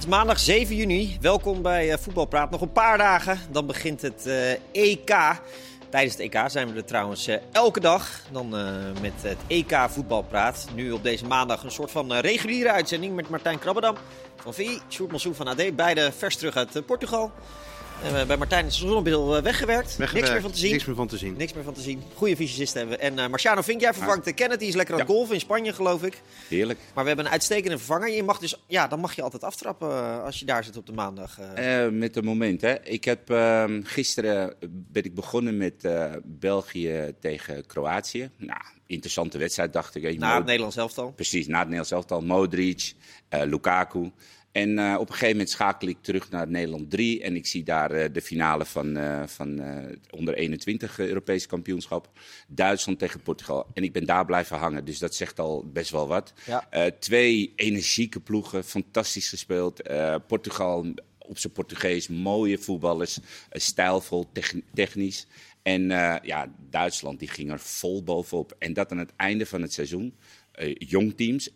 maandag 7 juni. Welkom bij Voetbalpraat. Nog een paar dagen, dan begint het EK. Tijdens het EK zijn we er trouwens elke dag. Dan met het EK Voetbalpraat. Nu op deze maandag een soort van reguliere uitzending met Martijn Krabbedam van VI. Sjoerd Mansou van AD. Beide vers terug uit Portugal. Bij Martijn is de zonnebril weggewerkt. Niks meer van te zien. Goede fysicisten hebben we. En Marciano Vink, jij vervangt Kenneth. Die is lekker aan het golfen in Spanje, geloof ik. Heerlijk. Maar we hebben een uitstekende vervanger. Je mag dus, dan mag je altijd aftrappen als je daar zit op de maandag. Met een moment, hè. Ik heb gisteren ben ik begonnen met België tegen Kroatië. Nou, interessante wedstrijd, dacht ik. Na het Nederlands elftal. Precies, na het Nederlands elftal. Modric, Lukaku. En op een gegeven moment schakel ik terug naar Nederland 3. En ik zie daar de finale van onder 21 Europees kampioenschap. Duitsland tegen Portugal. En ik ben daar blijven hangen. Dus dat zegt al best wel wat. Ja. 2 energieke ploegen. Fantastisch gespeeld. Portugal op zijn Portugees. Mooie voetballers. Stijlvol, technisch. En Duitsland die ging er vol bovenop. En dat aan het einde van het seizoen. Jong teams.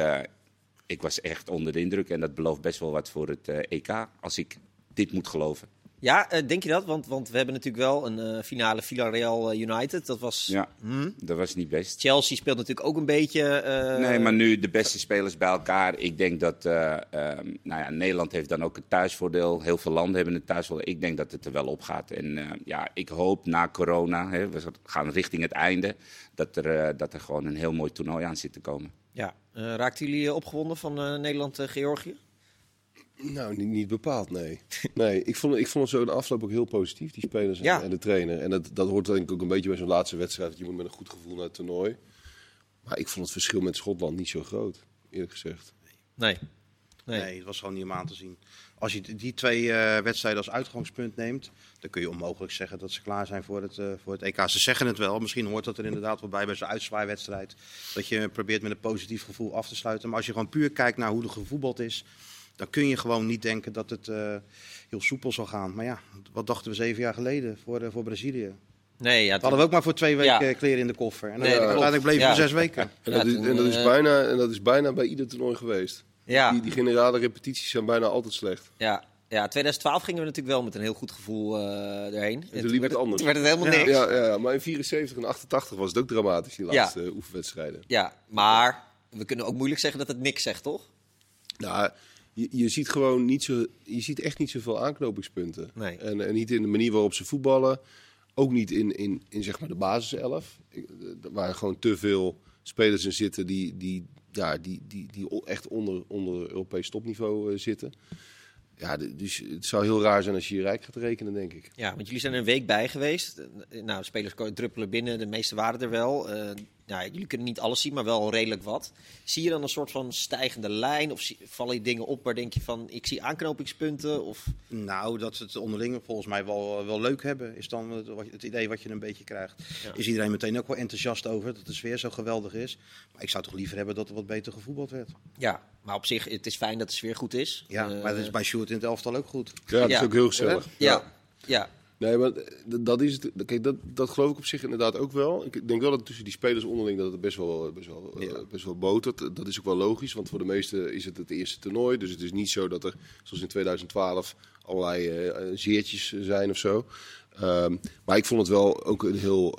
Ik was echt onder de indruk en dat belooft best wel wat voor het EK, als ik dit moet geloven. Ja, denk je dat? Want we hebben natuurlijk wel een finale Villarreal United. Dat was... dat was niet best. Chelsea speelt natuurlijk ook een beetje... Nee, maar nu de beste spelers bij elkaar. Ik denk dat Nederland heeft dan ook een thuisvoordeel. Heel veel landen hebben een thuisvoordeel. Ik denk dat het er wel op gaat. En ik hoop na corona, we gaan richting het einde, dat er gewoon een heel mooi toernooi aan zit te komen. Ja, raakten jullie opgewonden van Nederland-Georgië? Nou, niet bepaald, nee. Nee, ik vond het zo in de afloop ook heel positief, die spelers en de trainer. En dat hoort denk ik ook een beetje bij zo'n laatste wedstrijd. Dat je moet met een goed gevoel naar het toernooi. Maar ik vond het verschil met Schotland niet zo groot, eerlijk gezegd. Nee, het was gewoon niet om aan te zien. Als je die 2 wedstrijden als uitgangspunt neemt, dan kun je onmogelijk zeggen dat ze klaar zijn voor het EK. Ze zeggen het wel, misschien hoort dat er inderdaad wel bij zo'n uitzwaaiwedstrijd. Dat je probeert met een positief gevoel af te sluiten. Maar als je gewoon puur kijkt naar hoe er gevoetbald is, dan kun je gewoon niet denken dat het heel soepel zal gaan. Maar ja, wat dachten we 7 jaar geleden voor Brazilië? Nee, hadden we ook maar voor 2 weken kleren in de koffer. En uiteindelijk bleven we 6 weken. En dat is bijna bij ieder toernooi geweest. Ja. Die generale repetities zijn bijna altijd slecht. Ja, 2012 gingen we natuurlijk wel met een heel goed gevoel erheen. En toen liep het anders. Toen werd het helemaal niks. Ja, maar in 74 en 88 was het ook dramatisch, die laatste oefenwedstrijden. Ja, maar we kunnen ook moeilijk zeggen dat het niks zegt, toch? Nou, je ziet gewoon je ziet echt niet zoveel aanknopingspunten. Nee. En niet in de manier waarop ze voetballen. Ook niet in zeg maar de basiself. Waar gewoon te veel spelers in zitten die echt onder Europees topniveau zitten. Ja, dus het zou heel raar zijn als je rijk gaat rekenen, denk ik. Ja, want jullie zijn er een week bij geweest. Nou, spelers druppelen binnen, de meeste waren er wel. Jullie kunnen niet alles zien, maar wel redelijk wat. Zie je dan een soort van stijgende lijn? Of vallen je dingen op waar denk je van, ik zie aanknopingspunten? Of... Nou, dat ze het onderling volgens mij wel leuk hebben, is dan het idee wat je een beetje krijgt. Ja. Is iedereen meteen ook wel enthousiast over dat de sfeer zo geweldig is. Maar ik zou toch liever hebben dat er wat beter gevoetbald werd. Ja, maar op zich, het is fijn dat de sfeer goed is. Ja, maar dat is bij Sjoerd in het elftal ook goed. Ja, dat is ook heel gezellig. Ja. Nee, maar dat is het. Kijk, dat geloof ik op zich inderdaad ook wel. Ik denk wel dat tussen die spelers onderling dat het best wel botert. Dat is ook wel logisch, want voor de meesten is het eerste toernooi. Dus het is niet zo dat er, zoals in 2012, allerlei zeertjes zijn of zo. Maar ik vond het wel ook een heel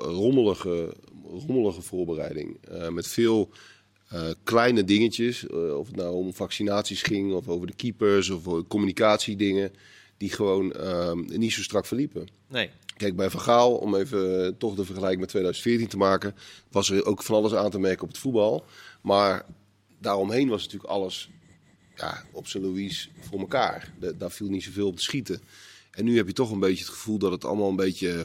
rommelige voorbereiding. Met veel kleine dingetjes. Of het nou om vaccinaties ging, of over de keepers, of communicatiedingen. Die gewoon niet zo strak verliepen. Nee. Kijk, bij Van Gaal, om even toch de vergelijking met 2014 te maken, was er ook van alles aan te merken op het voetbal. Maar daaromheen was natuurlijk alles op zijn Louise voor elkaar. Daar viel niet zoveel op te schieten. En nu heb je toch een beetje het gevoel dat het allemaal een beetje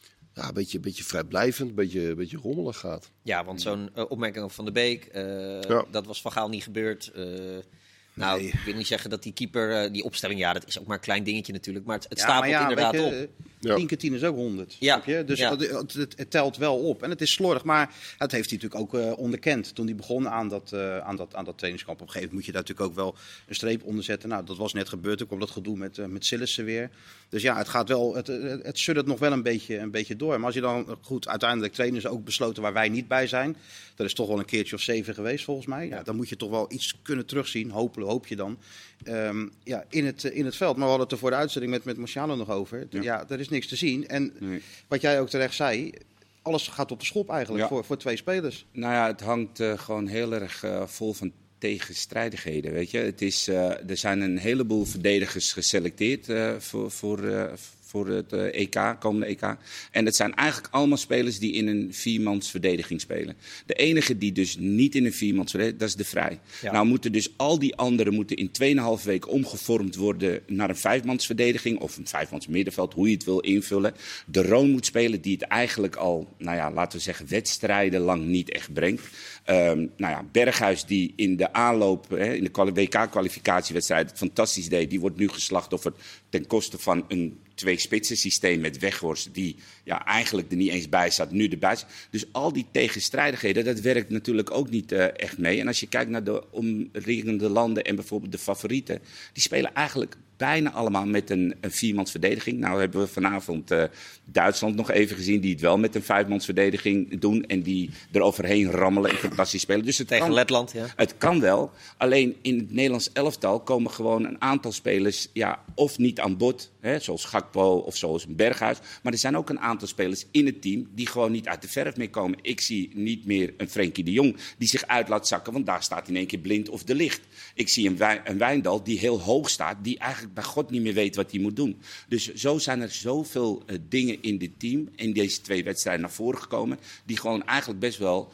vrijblijvend, een beetje rommelig gaat. Ja, want zo'n opmerking van de Beek, dat was Van Gaal niet gebeurd. Nou, ik wil niet zeggen dat die keeper, die opstelling, dat is ook maar een klein dingetje natuurlijk. Maar het stapelt inderdaad op. 10 keer 10 is ook 100. Ja. Snap je? Dus het telt wel op. En het is slordig, maar het heeft hij natuurlijk ook onderkend. Toen hij begon aan dat trainingskamp. Op een gegeven moment moet je daar natuurlijk ook wel een streep onder zetten. Nou, dat was net gebeurd. Toen kwam dat gedoe met Sillissen weer. Dus ja, het gaat wel, het suddert nog wel een beetje door. Maar als je dan, goed, uiteindelijk trainen ze ook besloten waar wij niet bij zijn. Dat is toch wel een keertje of 7 geweest volgens mij. Ja, dan moet je toch wel iets kunnen terugzien, hopelijk. hoop je dan, in het veld. Maar we hadden het er voor de uitzending met Marciano nog over. Ja, er is niks te zien. En wat jij ook terecht zei, alles gaat op de schop eigenlijk voor 2 spelers. Nou ja, het hangt gewoon heel erg vol van tegenstrijdigheden, weet je. Er zijn een heleboel verdedigers geselecteerd voor het komende EK. En het zijn eigenlijk allemaal spelers die in een 4-mans verdediging spelen. De enige die dus niet in een 4-mans verdediging, dat is de Vrij. Ja. Nou moeten dus al die anderen in 2,5 weken omgevormd worden naar een 5-mans verdediging of een 5-mans middenveld, hoe je het wil invullen. De Roon moet spelen die het eigenlijk al, laten we zeggen, wedstrijden lang niet echt brengt. Berghuis die in de aanloop, in de WK-kwalificatiewedstrijd het fantastisch deed, die wordt nu geslachtofferd ten koste van een 2-spitsen systeem met Weghorst, die eigenlijk er niet eens bij zat, nu erbij zit. Dus al die tegenstrijdigheden, dat werkt natuurlijk ook niet echt mee. En als je kijkt naar de omringende landen en bijvoorbeeld de favorieten, die spelen eigenlijk bijna allemaal met een 4-mans verdediging. Nou hebben we vanavond Duitsland nog even gezien, die het wel met een 5-mans verdediging doen en die er overheen rammelen en fantastisch spelen. Dus tegen Letland, ja. Het kan wel, alleen in het Nederlands elftal komen gewoon een aantal spelers of niet aan bod, zoals Gakpo of zoals een Berghuis. Maar er zijn ook een aantal spelers in het team die gewoon niet uit de verf meer komen. Ik zie niet meer een Frenkie de Jong die zich uit laat zakken, want daar staat in één keer Blind of De Ligt. Ik zie een Wijndal die heel hoog staat, die eigenlijk bij God niet meer weet wat hij moet doen. Dus zo zijn er zoveel dingen in dit team, in deze 2 wedstrijden naar voren gekomen, die gewoon eigenlijk best wel,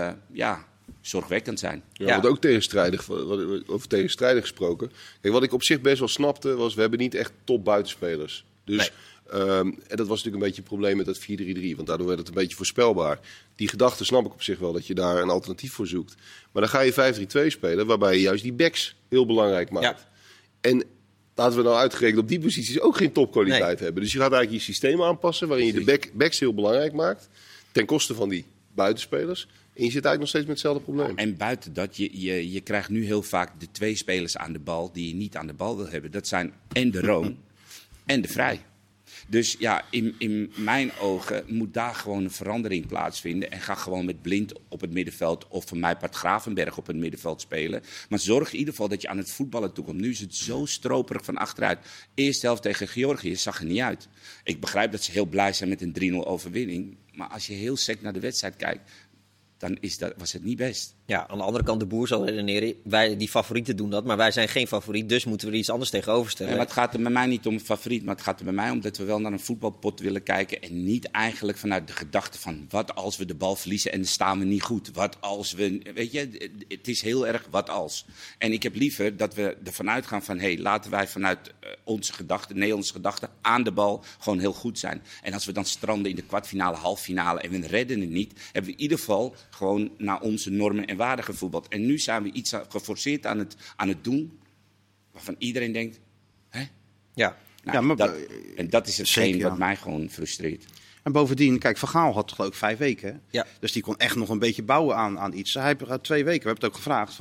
zorgwekkend zijn. Ja, wat ook tegenstrijdig, over tegenstrijdig gesproken. Kijk, wat ik op zich best wel snapte, was we hebben niet echt top buitenspelers. Dus, en dat was natuurlijk een beetje een probleem met dat 4-3-3, want daardoor werd het een beetje voorspelbaar. Die gedachte snap ik op zich wel, dat je daar een alternatief voor zoekt. Maar dan ga je 5-3-2 spelen, waarbij je juist die backs heel belangrijk maakt. Ja. En laten we nou uitgerekend op die posities ook geen topkwaliteit hebben. Dus je gaat eigenlijk je systeem aanpassen, waarin je de backs heel belangrijk maakt, ten koste van die buitenspelers. En je zit eigenlijk nog steeds met hetzelfde probleem. En buiten dat, je krijgt nu heel vaak de 2 spelers aan de bal die je niet aan de bal wil hebben. Dat zijn en de Roon en de Vrij. Dus in mijn ogen moet daar gewoon een verandering plaatsvinden. En ga gewoon met Blind op het middenveld of van mij Bart Gravenberg op het middenveld spelen. Maar zorg in ieder geval dat je aan het voetballen toekomt. Nu is het zo stroperig van achteruit. Eerste helft tegen Georgië zag er niet uit. Ik begrijp dat ze heel blij zijn met een 3-0 overwinning. Maar als je heel sec naar de wedstrijd kijkt, dan was het niet best. Ja, aan de andere kant, de Boer zal redeneren. Wij, die favorieten doen dat, maar wij zijn geen favoriet. Dus moeten we er iets anders tegenover stellen. Ja, maar het gaat er bij mij niet om favoriet, maar het gaat er bij mij om dat we wel naar een voetbalpot willen kijken. En niet eigenlijk vanuit de gedachte van, wat als we de bal verliezen en dan staan we niet goed? Wat als we, weet je, het is heel erg wat als. En ik heb liever dat we ervan uitgaan van, laten wij vanuit onze gedachten, Nederlandse gedachten, aan de bal gewoon heel goed zijn. En als we dan stranden in de kwartfinale, halffinale en we redden het niet, hebben we in ieder geval gewoon naar onze normen en waarden gevoetbald. En nu zijn we iets geforceerd aan het doen waarvan iedereen denkt, hè? Ja. En dat is hetgeen wat mij gewoon frustreert. En bovendien, kijk, Van Gaal had geloof ik 5 weken. Hè? Ja. Dus die kon echt nog een beetje bouwen aan iets. Hij had 2 weken. We hebben het ook gevraagd.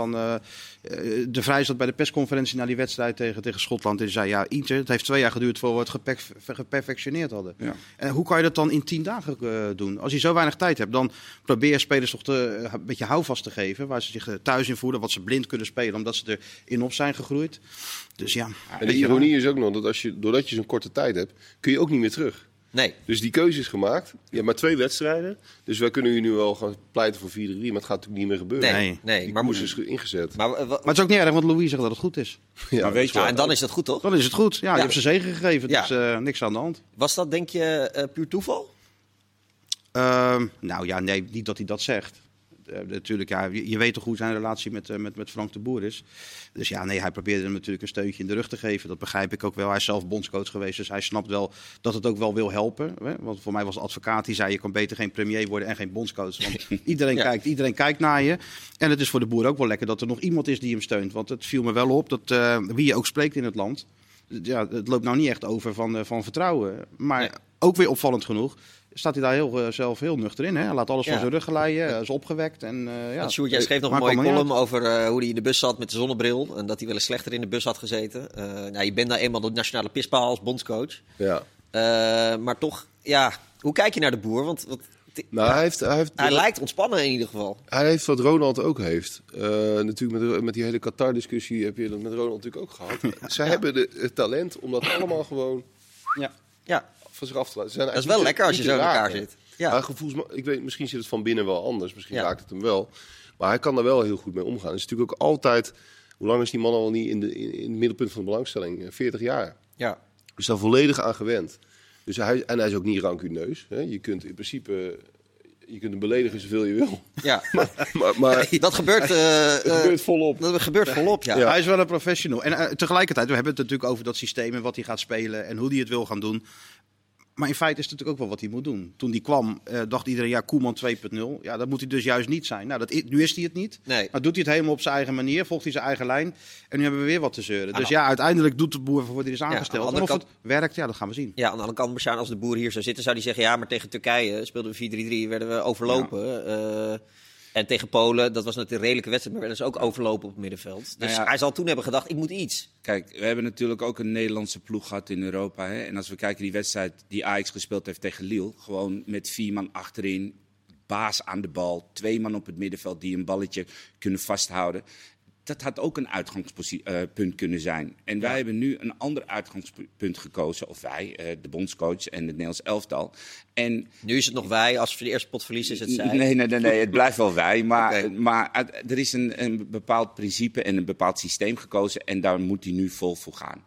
De Vrij zat bij de persconferentie na die wedstrijd tegen Schotland. En die zei, het heeft 2 jaar geduurd voor we het geperfectioneerd hadden. Ja. En hoe kan je dat dan in 10 dagen doen? Als je zo weinig tijd hebt, dan probeer spelers toch een beetje houvast te geven. Waar ze zich thuis in voelen, wat ze blind kunnen spelen. Omdat ze erin op zijn gegroeid. Dus ja. En de ironie is ook nog dat doordat je zo'n korte tijd hebt, kun je ook niet meer terug. Nee. Dus die keuze is gemaakt. Je hebt maar 2 wedstrijden. Dus wij kunnen nu wel gaan pleiten voor 4-3. Maar het gaat natuurlijk niet meer gebeuren. Nee. Die koers is ingezet. Maar het is ook niet erg, want Louis zegt dat het goed is. Ja, maar weet je en dan is het goed, toch? Dan is het goed. Ja, je hebt ze zegen gegeven. Dus niks aan de hand. Was dat, denk je, puur toeval? Nee, niet dat hij dat zegt. Natuurlijk, je weet toch hoe zijn relatie met Frank de Boer is. Dus hij probeerde hem natuurlijk een steuntje in de rug te geven. Dat begrijp ik ook wel. Hij is zelf bondscoach geweest, dus hij snapt wel dat het ook wel wil helpen. Hè? Want voor mij was de advocaat die zei, je kan beter geen premier worden en geen bondscoach. Want iedereen kijkt naar je. En het is voor de Boer ook wel lekker dat er nog iemand is die hem steunt. Want het viel me wel op dat wie je ook spreekt in het land, het loopt nou niet echt over van vertrouwen. Maar ook weer opvallend genoeg staat hij daar zelf heel nuchter in. Hè? Hij laat alles van zijn rug glijden, is opgewekt. En, Sjoerd, jij schreef nog een mooie column over hoe hij in de bus zat met de zonnebril. En dat hij wel eens slechter in de bus had gezeten. Je bent nou eenmaal de nationale pispaal als bondscoach. Ja. Maar toch, hoe kijk je naar de Boer? Want Nou, Hij lijkt ontspannen in ieder geval. Hij heeft wat Ronald ook heeft. Natuurlijk met die hele Qatar-discussie heb je dat met Ronald natuurlijk ook gehad. Zij hebben het talent om dat allemaal gewoon van zich af te laten. Dat is wel lekker als je zo in elkaar zit. Ja. Ik weet, misschien zit het van binnen wel anders. Misschien raakt het hem wel. Maar hij kan daar wel heel goed mee omgaan. Het is natuurlijk ook altijd... Hoe lang is die man al niet in het middelpunt van de belangstelling? 40 jaar. Ja. Dus daar volledig aan gewend. Dus hij is ook niet rancuneus. Hè? Je kunt in principe... Je kunt hem beledigen zoveel je wil. Ja. maar dat gebeurt, het gebeurt volop. Dat gebeurt volop, ja. Hij is wel een professional. En tegelijkertijd, we hebben het natuurlijk over dat systeem en wat hij gaat spelen en hoe hij het wil gaan doen. Maar in feite is het natuurlijk ook wel wat hij moet doen. Toen hij kwam, dacht iedereen, Koeman 2.0. Ja, dat moet hij dus juist niet zijn. Nou, nu is hij het niet. Nee. Maar doet hij het helemaal op zijn eigen manier, volgt hij zijn eigen lijn. En nu hebben we weer wat te zeuren. Dus uiteindelijk doet de boer voor die is aangesteld. En of het werkt, dat gaan we zien. Ja, aan de andere kant, Marciaan, als de boer hier zou zitten, zou hij zeggen... Ja, maar tegen Turkije speelden we 4-3-3, werden we overlopen. Ja. En tegen Polen, dat was natuurlijk een redelijke wedstrijd, maar werden ze ook overlopen op het middenveld. Dus hij zal toen hebben gedacht, ik moet iets. Kijk, we hebben natuurlijk ook een Nederlandse ploeg gehad in Europa. Hè? En als we kijken die wedstrijd die Ajax gespeeld heeft tegen Lille. Gewoon met 4 man achterin, baas aan de bal, 2 man op het middenveld die een balletje kunnen vasthouden. Dat had ook een uitgangspunt kunnen zijn. En wij hebben nu een ander uitgangspunt gekozen. Of wij, de bondscoach en het Nederlands elftal. En nu is het nog wij, als we de eerste pot verliezen is het zij. Nee, het blijft wel wij. Maar er is een bepaald principe en een bepaald systeem gekozen. En daar moet hij nu vol voor gaan.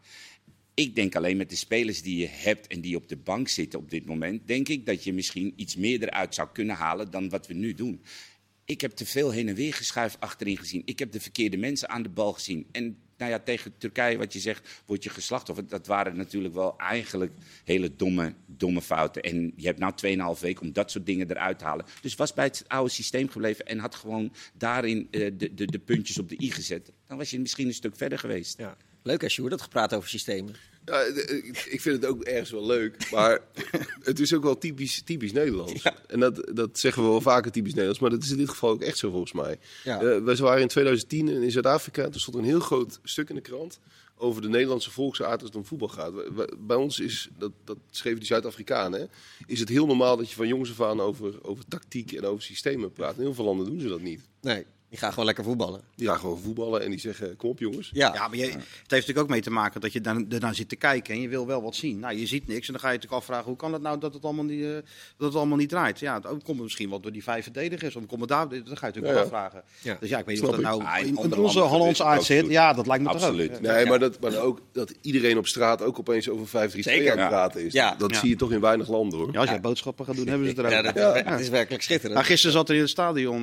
Ik denk alleen met de spelers die je hebt en die op de bank zitten op dit moment... denk ik dat je misschien iets meer eruit zou kunnen halen dan wat we nu doen. Ik heb te veel heen en weer geschuift achterin gezien. Ik heb de verkeerde mensen aan de bal gezien. En tegen Turkije, wat je zegt, word je geslachtofferd. Dat waren natuurlijk wel eigenlijk hele domme fouten. En je hebt nou 2,5 weken om dat soort dingen eruit te halen. Dus was bij het oude systeem gebleven en had gewoon daarin de puntjes op de i gezet. Dan was je misschien een stuk verder geweest. Ja. Leuk hè, Sjoerd, dat gepraat over systemen. Ja, ik vind het ook ergens wel leuk, maar het is ook wel typisch Nederlands. Ja. En dat zeggen we wel vaker typisch Nederlands, maar dat is in dit geval ook echt zo volgens mij. Ja. We waren in 2010 in Zuid-Afrika, er stond een heel groot stuk in de krant over de Nederlandse volksaard als het om voetbal gaat. Bij ons is, dat schreven die Zuid-Afrikanen, is het heel normaal dat je van jongs af aan over tactiek en over systemen praat. In heel veel landen doen ze dat niet. Nee. Die gaan gewoon lekker voetballen. Die gaan gewoon voetballen en die zeggen, kom op jongens. Ja, maar het heeft natuurlijk ook mee te maken dat je daarnaar zit te kijken en je wil wel wat zien. Nou, je ziet niks en dan ga je natuurlijk afvragen, hoe kan het nou dat het allemaal niet draait? Ja, dan komt het misschien wel door die 5 verdedigers. Of komt daar, dan ga je natuurlijk wel afvragen. Ja. Dus ik weet niet of dat nou in onze Hollandse aard zit. Ja, dat lijkt me absoluut toch ook. Nee, maar ook dat iedereen op straat ook opeens over 5-3-2 aan het praten is. Ja. Dat zie je toch in weinig landen, hoor. Ja, als jij boodschappen gaat doen, hebben ze het er ook. Het is werkelijk schitterend. Nou, gisteren zat er in het stadion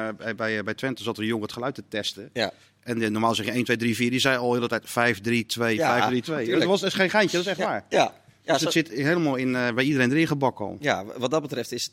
bij Twente zat er een jongen het geluid te testen. Ja. En normaal zeg je 1, 2, 3, 4. Die zei al de hele tijd 5, 3, 2, 5, 3, 2. Dat is geen geintje, dat is echt waar. Ja. Dus het zit helemaal bij iedereen erin gebakken al. Ja, wat dat betreft is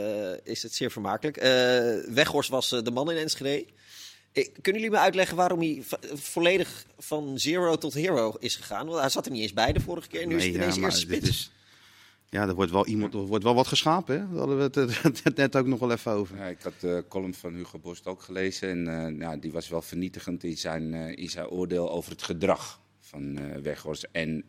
het zeer vermakelijk. Weghorst was de man in Enschede. Kunnen jullie me uitleggen waarom hij volledig van zero tot hero is gegaan? Want hij zat er niet eens bij de vorige keer. Nu is het ineens eerste spits. Ja, er wordt wel wat geschapen, hè? Daar hadden we het net ook nog wel even over. Ja, ik had de column van Hugo Borst ook gelezen. En die was wel vernietigend in zijn oordeel over het gedrag van Weghorst. En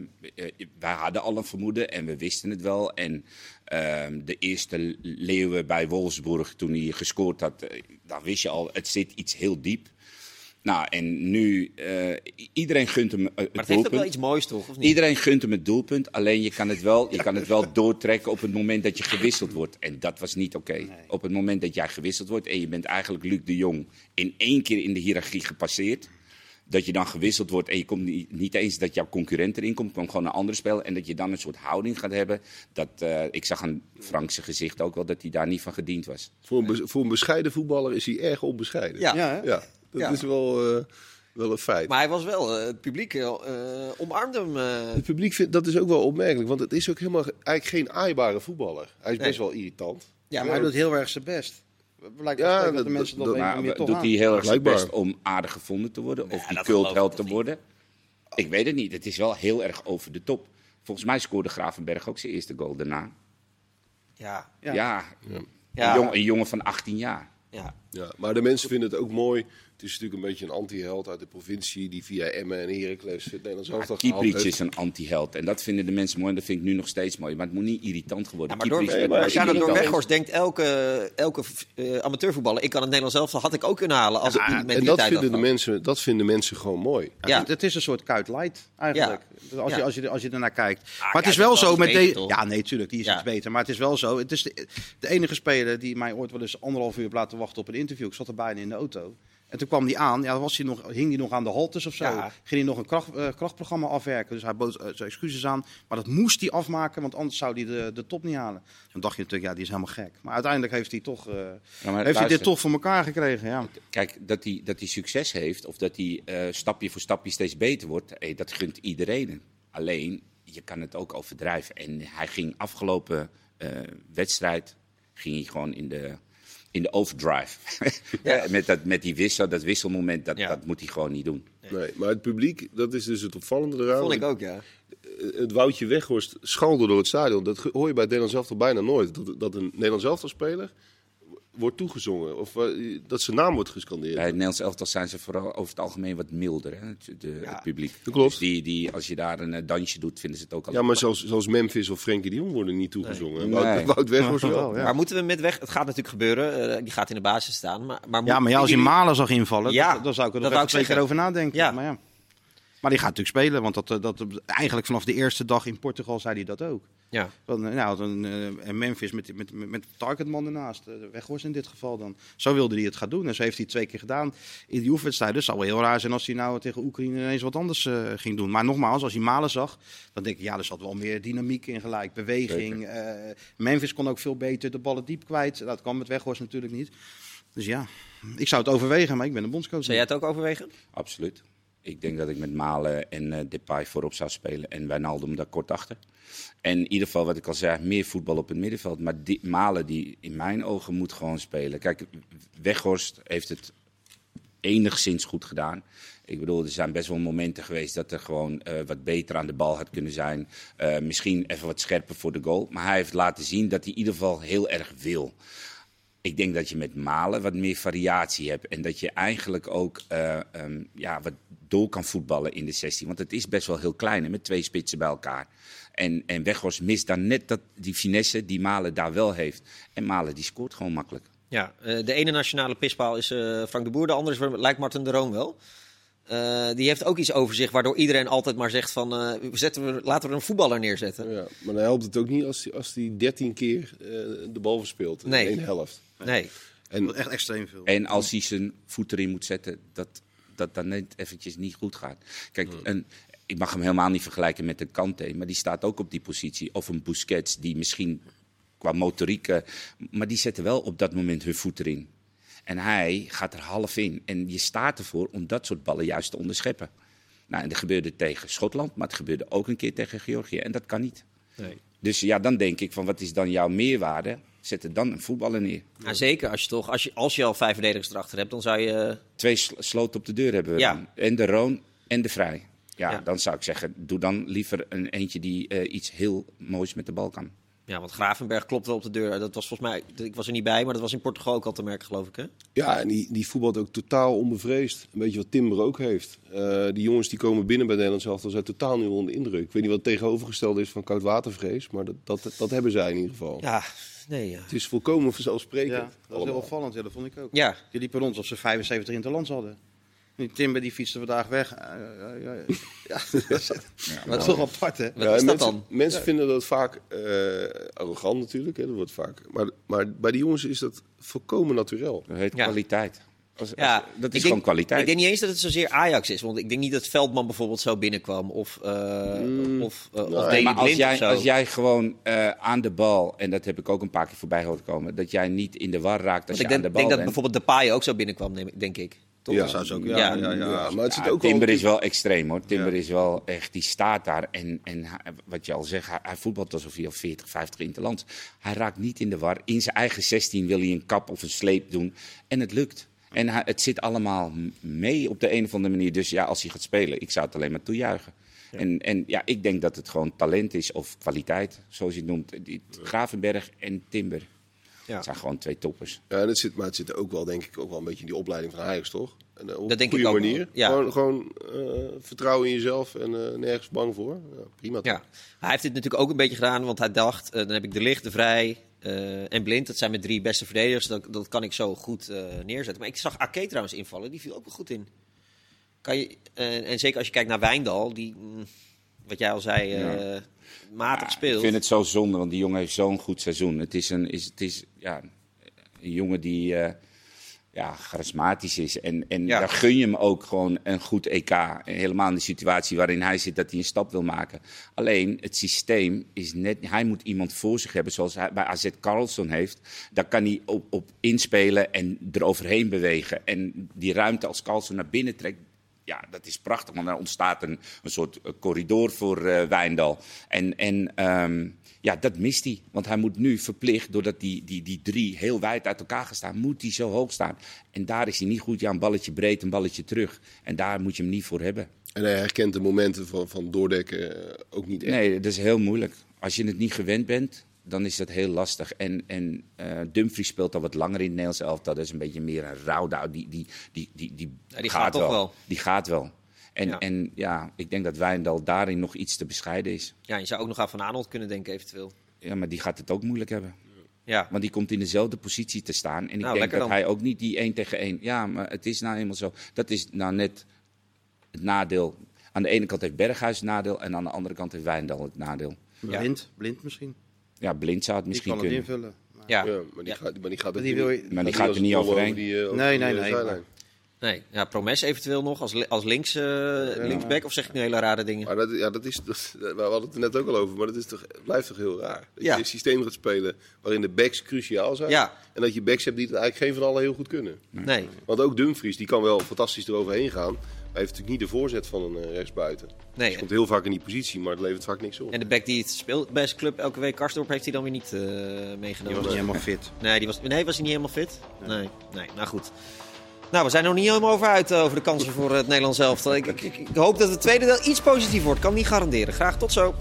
wij hadden al een vermoeden en we wisten het wel. En de eerste Leeuwen bij Wolfsburg, toen hij gescoord had, dan wist je al, het zit iets heel diep. Nou, en nu, iedereen gunt hem het doelpunt. Maar het heeft ook wel iets moois, toch? Of niet? Iedereen gunt hem het doelpunt, alleen je kan het wel doortrekken op het moment dat je gewisseld wordt. En dat was niet oké. Nee. Op het moment dat jij gewisseld wordt en je bent eigenlijk Luc de Jong in 1 keer in de hiërarchie gepasseerd. Dat je dan gewisseld wordt en je komt niet eens dat jouw concurrent erin komt, maar gewoon een andere speler. En dat je dan een soort houding gaat hebben. Ik zag aan Frank's gezicht ook wel dat hij daar niet van gediend was. Voor een bescheiden voetballer is hij erg onbescheiden. Ja. Dat is wel een feit. Maar hij was wel, het publiek omarmde hem. Het publiek vindt, dat is ook wel opmerkelijk, want het is ook eigenlijk geen aaibare voetballer. Hij is best wel irritant. Ja, maar hij doet heel erg zijn best. Blijkt dat de mensen dat meer toch doet hij heel erg zijn best om aardig gevonden te worden? Of die cultheld te worden? Ik weet het niet. Het is wel heel erg over de top. Volgens mij scoorde Gravenberg ook zijn eerste goal daarna. Ja. Een jongen van 18 jaar. Ja, maar de mensen vinden het ook mooi Het is natuurlijk een beetje een anti-held uit de provincie die via Emmen en Heracles het Nederlands elftal gehaald Kieprits heeft. is een anti-held. En dat vinden de mensen mooi en dat vind ik nu nog steeds mooi. Maar het moet niet irritant worden. Ja, maar Kieprits maar als jij dan door irritant. Weghorst denkt, elke amateurvoetballer, ik kan het Nederlands elftal, had ik ook kunnen halen. Als het niet met En die tijd dat vinden mensen gewoon mooi. Ja. Het is een soort Kuit light eigenlijk. Ja. Als je ernaar kijkt. Maar het Kuit is wel is wel zo iets met beter, deze. toch? Ja, nee, tuurlijk, die is Ja. iets beter. Maar het is wel zo. Het is de enige speler die mij ooit wel eens 1,5 uur heeft laten wachten op een interview. Ik zat er bijna in de auto. En toen kwam hij aan. Ja, hing hij nog aan de haltes of zo. Ja. Ging hij nog een krachtprogramma afwerken. Dus hij bood zijn excuses aan. Maar dat moest hij afmaken, want anders zou hij de top niet halen. Dan dacht je natuurlijk, ja, die is helemaal gek. Maar uiteindelijk heeft hij toch, dit toch voor elkaar gekregen. Ja. Kijk, dat hij succes heeft of dat hij stapje voor stapje steeds beter wordt, dat gunt iedereen. Alleen, je kan het ook overdrijven. En hij ging afgelopen wedstrijd ging hij gewoon in de overdrive. Ja. met die dat wisselmoment, Ja. dat moet hij gewoon niet doen. Nee, maar het publiek, dat is dus het opvallende eraan. Vond ik ook, ja. Het Woutje Weghorst schalde door het stadion. Dat hoor je bij het Nederlands elftal bijna nooit. Dat een Nederlands elftal speler wordt toegezongen. Of dat zijn naam wordt gescandeerd. Bij het Nederlands elftal zijn ze vooral over het algemeen wat milder, hè, het publiek. Dat klopt. Dus die, als je daar een dansje doet, vinden ze het ook al. Ja, maar zoals Memphis of Frenkie de Jong worden niet toegezongen. Nee. Wout Weghorst wel. Ja. Maar moeten we met weg? Het gaat natuurlijk gebeuren. Die gaat in de basis staan. Maar Als je Malen zag invallen, Ja, dan zou ik er dat nog wou even ik 2 keer zeggen. over nadenken. Ja. Maar die gaat natuurlijk spelen, want dat eigenlijk vanaf de eerste dag in Portugal zei hij dat ook. Ja. En Memphis met Targetman ernaast, Weghorst in dit geval dan. Zo wilde hij het gaan doen en zo heeft hij het 2 keer gedaan in die oefenwedstrijden. Dus het zou wel heel raar zijn als hij nou tegen Oekraïne ineens wat anders ging doen. Maar nogmaals, als hij Malen zag, dan denk ik, ja, er zat wel meer dynamiek in gelijk, beweging. Memphis kon ook veel beter de ballen diep kwijt. Dat kan met Weghorst natuurlijk niet. Dus ja, ik zou het overwegen, maar ik ben een bondscoach. Zou jij het ook overwegen? Absoluut. Ik denk dat ik met Malen en Depay voorop zou spelen en Wijnaldum daar kort achter. En in ieder geval, wat ik al zei, meer voetbal op het middenveld. Maar Malen, die in mijn ogen moet gewoon spelen. Kijk, Weghorst heeft het enigszins goed gedaan. Ik bedoel, er zijn best wel momenten geweest dat er gewoon wat beter aan de bal had kunnen zijn. Misschien even wat scherper voor de goal. Maar hij heeft laten zien dat hij in ieder geval heel erg wil. Ik denk dat je met Malen wat meer variatie hebt. En dat je eigenlijk ook wat door kan voetballen in de 16. Want het is best wel heel klein, hè, met 2 spitsen bij elkaar. En Weghorst mist dan net die finesse die Malen daar wel heeft. En Malen die scoort gewoon makkelijk. Ja, de ene nationale pispaal is Frank de Boer. De andere is, lijkt Martin de Roon wel. Die heeft ook iets over zich, waardoor iedereen altijd maar zegt van... laten we een voetballer neerzetten. Ja, maar dan helpt het ook niet als die 13 keer de bal verspeelt. Nee. In 1 helft. Nee. En Echt extreem veel. En als hij zijn voet erin moet zetten, dat dan net eventjes niet goed gaat. Kijk, ik mag hem helemaal niet vergelijken met een Kanté, maar die staat ook op die positie. Of een Busquets, die misschien qua motoriek... maar die zetten wel op dat moment hun voet erin. En hij gaat er half in. En je staat ervoor om dat soort ballen juist te onderscheppen. Nou, en dat gebeurde tegen Schotland, maar het gebeurde ook een keer tegen Georgië. En dat kan niet. Nee. Dus ja, dan denk ik van wat is dan jouw meerwaarde? Zet er dan een voetballer neer. Ja, zeker, als je al 5 verdedigers erachter hebt, dan zou je... 2 sloten op de deur hebben we Ja. dan. En de Roon en de Vrij. Ja, Ja. dan zou ik zeggen, doe dan liever een eentje die iets heel moois met de bal kan. Ja, want Gravenberg klopt wel op de deur. Dat was volgens mij, ik was er niet bij, maar dat was in Portugal ook al te merken, geloof ik, hè? ja, en die voetbalt ook totaal onbevreesd. Een beetje wat Timber ook heeft. Die jongens die komen binnen bij Nederland zelf, zijn totaal niet onder indruk. Ik weet niet wat het tegenovergestelde is van koudwatervrees, maar dat hebben zij in ieder geval. Ja, nee, ja. Het is volkomen vanzelfsprekend. Ja, dat was heel allemaal. opvallend, ja, dat vond ik ook. Ja, Die liepen rond alsof ze 75 interlands hadden. Die Timber die fietste vandaag weg. Ja, dat is toch apart, hè? wat is dat mensen, dan? Mensen vinden dat vaak arrogant natuurlijk. Hè, dat wordt vaak, maar bij die jongens is dat volkomen natuurlijk. Dat heet Ja. kwaliteit. Ja, Dat ik is gewoon kwaliteit. Ik denk niet eens dat het zozeer Ajax is. Want ik denk niet dat Veldman bijvoorbeeld zo binnenkwam. Of Daley Maar Blind of zo. als jij gewoon aan de bal, en dat heb ik ook een paar keer voorbij horen komen, dat jij niet in de war raakt als Want je ik aan de denk bal dat bent. bijvoorbeeld Depay ook zo binnenkwam, denk ik. Toch? Ja. Dat zou ze ook, Ja. Ja, maar het zit ook Timber wel... is wel extreem hoor. Timber is wel echt, die staat daar. En wat je al zegt, hij voetbalt alsof hij al 40, 50 interlands. Hij raakt niet in de war. In zijn eigen 16 wil hij een kap of een sleep doen. En het lukt. En het zit allemaal mee op de een of andere manier. Dus ja, als hij gaat spelen, ik zou het alleen maar toejuichen. Ja. En ja, ik denk dat het gewoon talent is of kwaliteit, zoals je het noemt. Gravenberg en Timber. Ja. Het zijn gewoon 2 toppers. Ja, en het zit ook wel, denk ik, ook wel een beetje in die opleiding van Ajax, toch? En, op Dat denk een ik goede ook wel. manier. Ja. Gewoon vertrouwen in jezelf en nergens bang voor. Ja, prima. Ja. Hij heeft dit natuurlijk ook een beetje gedaan, want hij dacht, dan heb ik De Ligt, De Vrij en Blind. Dat zijn mijn 3 beste verdedigers, dat kan ik zo goed neerzetten. Maar ik zag Ake trouwens invallen, die viel ook wel goed in. Kan je, en zeker als je kijkt naar Wijndal, die, wat jij al zei, matig speelt. Ik vind het zo zonde, want die jongen heeft zo'n goed seizoen. Het is een jongen die charismatisch is. En daar gun je hem ook gewoon een goed EK. En helemaal in de situatie waarin hij zit, dat hij een stap wil maken. Alleen, het systeem is net... Hij moet iemand voor zich hebben, zoals hij bij AZ Carlson heeft. Daar kan hij op inspelen en eroverheen bewegen. En die ruimte als Carlson naar binnen trekt... Ja, dat is prachtig, want er ontstaat een soort corridor voor Wijndal. Dat mist hij. Want hij moet nu verplicht, doordat die 3 heel wijd uit elkaar gaan staan, moet hij zo hoog staan. En daar is hij niet goed. Ja, een balletje breed, een balletje terug. En daar moet je hem niet voor hebben. En hij herkent de momenten van doordekken ook niet echt. Nee, dat is heel moeilijk. Als je het niet gewend bent, dan is dat heel lastig. En Dumfries speelt al wat langer in het Nederlands elftal. Dat is een beetje meer een rouwdouw. Die gaat toch wel. Die gaat wel. Ja. En ik denk dat Wijndal daarin nog iets te bescheiden is. Ja, je zou ook nog aan Van Aanholt kunnen denken eventueel. Ja, maar die gaat het ook moeilijk hebben. Ja. Want die komt in dezelfde positie te staan. En ik denk dat dan. hij ook niet die 1 tegen 1... Ja, maar het is nou eenmaal zo. Dat is nou net het nadeel. Aan de ene kant heeft Berghuis het nadeel. En aan de andere kant heeft Wijndal het nadeel. Ja. Blind misschien. Ja, Blind zou het Die misschien kan het kunnen. invullen. Ja. Ja, maar die gaat ook Die wil je- Maar die gaat er niet overheen. Nee. Nee, ja, Promes eventueel nog als linksback, of zeg ik nu hele rare dingen? Maar we hadden het er net ook al over, maar blijft toch heel raar. Dat Ja. je een systeem gaat spelen waarin de backs cruciaal zijn. Ja. En dat je backs hebt die het eigenlijk geen van allen heel goed kunnen. Nee. Want ook Dumfries, die kan wel fantastisch eroverheen gaan. Maar hij heeft natuurlijk niet de voorzet van een rechtsbuiten. Nee. Hij komt heel vaak in die positie, maar het levert vaak niks op. En de back die het speelt bij zijn club elke week, Karsdorp, heeft hij dan weer niet Die meegenomen. was niet helemaal fit. Nee, was hij niet helemaal fit? Nee. Nou goed. Nou, we zijn er nog niet helemaal over uit over de kansen voor het Nederlands elftal. Ik hoop dat het tweede deel iets positief wordt. Kan niet garanderen. Graag tot zo.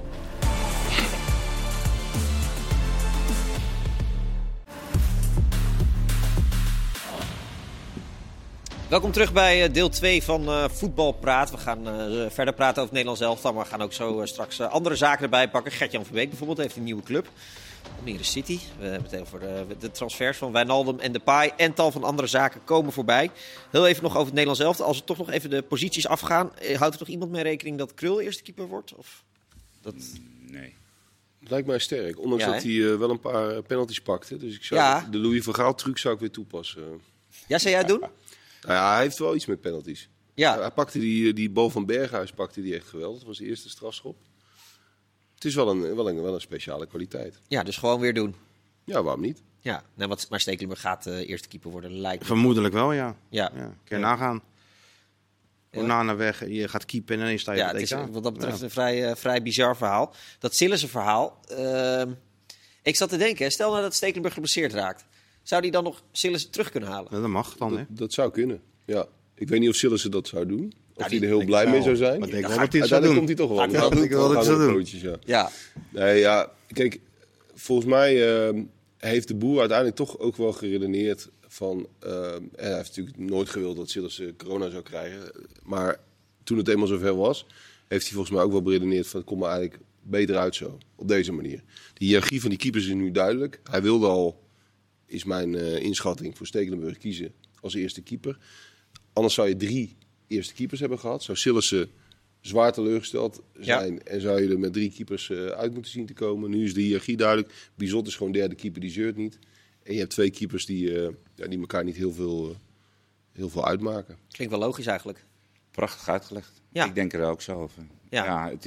Welkom terug bij deel 2 van Voetbalpraat. We gaan verder praten over het Nederlands elftal, maar we gaan ook zo straks andere zaken erbij pakken. Gert-Jan Verbeek bijvoorbeeld heeft een nieuwe club. Almere City. We hebben het over de transfers van Wijnaldum en Depay. En tal van andere zaken komen voorbij. Heel even nog over het Nederlands elftal. Als we toch nog even de posities afgaan. Houdt er toch iemand mee rekening dat Krul eerste keeper wordt? Of dat... Nee. Het lijkt mij sterk, ondanks Ja, dat hij wel een paar penalties pakte. Dus ik zou de Louis van Gaal truc zou ik weer toepassen. Ja, zou jij het doen? Nou ja, hij heeft wel iets met penalties. Ja. Hij pakte die bal van Berghuis pakte die echt geweldig. Dat was de eerste strafschop. Het is wel een speciale kwaliteit. Ja, dus gewoon weer doen. Ja, waarom niet? Ja, maar Stekelenburg gaat eerste keeper worden, lijkt me. Vermoedelijk wel, ja. Ja. Kun je nagaan. Onana weg, je gaat keepen en ineens sta je Ja, op het het is EK. wat dat betreft een vrij bizar verhaal. Dat Sillissen verhaal. Ik zat te denken, stel nou dat Stekelenburg geblesseerd raakt. Zou die dan nog Sillissen terug kunnen halen? Ja, dat mag dan, hè? Dat zou kunnen, ja. Ik weet niet of Sillissen dat zou doen. Of die hij er heel blij mee zou zijn. Maar ik denk wel Ja, dat hij het zou uiteindelijk doen. komt hij toch wel. Gaat hij wel doen. Ik denk wel dat hij het zou doen. Coaches, ja. Ja. Nee, ja, kijk, volgens mij heeft de boer uiteindelijk toch ook wel geredeneerd van... hij heeft natuurlijk nooit gewild dat Sillissen corona zou krijgen. Maar toen het eenmaal zover was, heeft hij volgens mij ook wel beredeneerd van... het komt me eigenlijk beter uit zo, op deze manier. De hiërarchie van die keepers is nu duidelijk. Hij wilde al, is mijn inschatting, voor Stekelenburg kiezen als eerste keeper. Anders zou je 3 eerste keepers hebben gehad. Zou Sillissen zwaar teleurgesteld zijn. En zou je er met 3 keepers uit moeten zien te komen. Nu is de hiërarchie duidelijk. Bizot is gewoon derde keeper, die zeurt niet. En je hebt 2 keepers die elkaar niet heel veel uitmaken. Klinkt wel logisch eigenlijk. Prachtig uitgelegd. Ja. Ik denk er ook zo over. Ja. Ja, het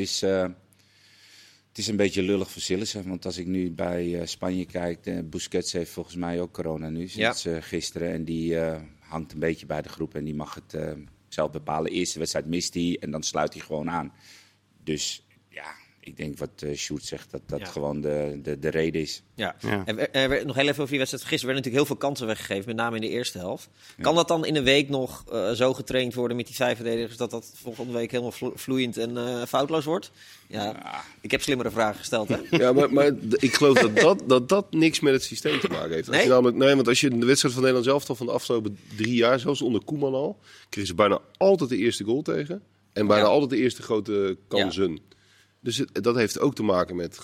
is een beetje lullig voor Sillissen. Want als ik nu bij Spanje kijk, Busquets heeft volgens mij ook corona nu sinds gisteren. En die hangt een beetje bij de groep en die mag het zelf bepalen. Eerste wedstrijd mist hij en dan sluit hij gewoon aan. Dus ja, ik denk wat Sjoerd zegt, dat gewoon de reden is. Ja. Ja. En nog heel even over die wedstrijd. Gisteren werden natuurlijk heel veel kansen weggegeven, met name in de eerste helft. Kan dat dan in een week nog zo getraind worden met die 5 verdedigers dat volgende week helemaal vloeiend en foutloos wordt? Ja, ik heb slimmere vragen gesteld, hè? Ja, maar ik geloof dat niks met het systeem te maken heeft. Als je namelijk, want als je de wedstrijd van Nederland zelf van de afgelopen 3 jaar, zelfs onder Koeman al, kregen ze bijna altijd de eerste goal tegen. En bijna altijd de eerste grote kansen. Ja. Dus dat heeft ook te maken met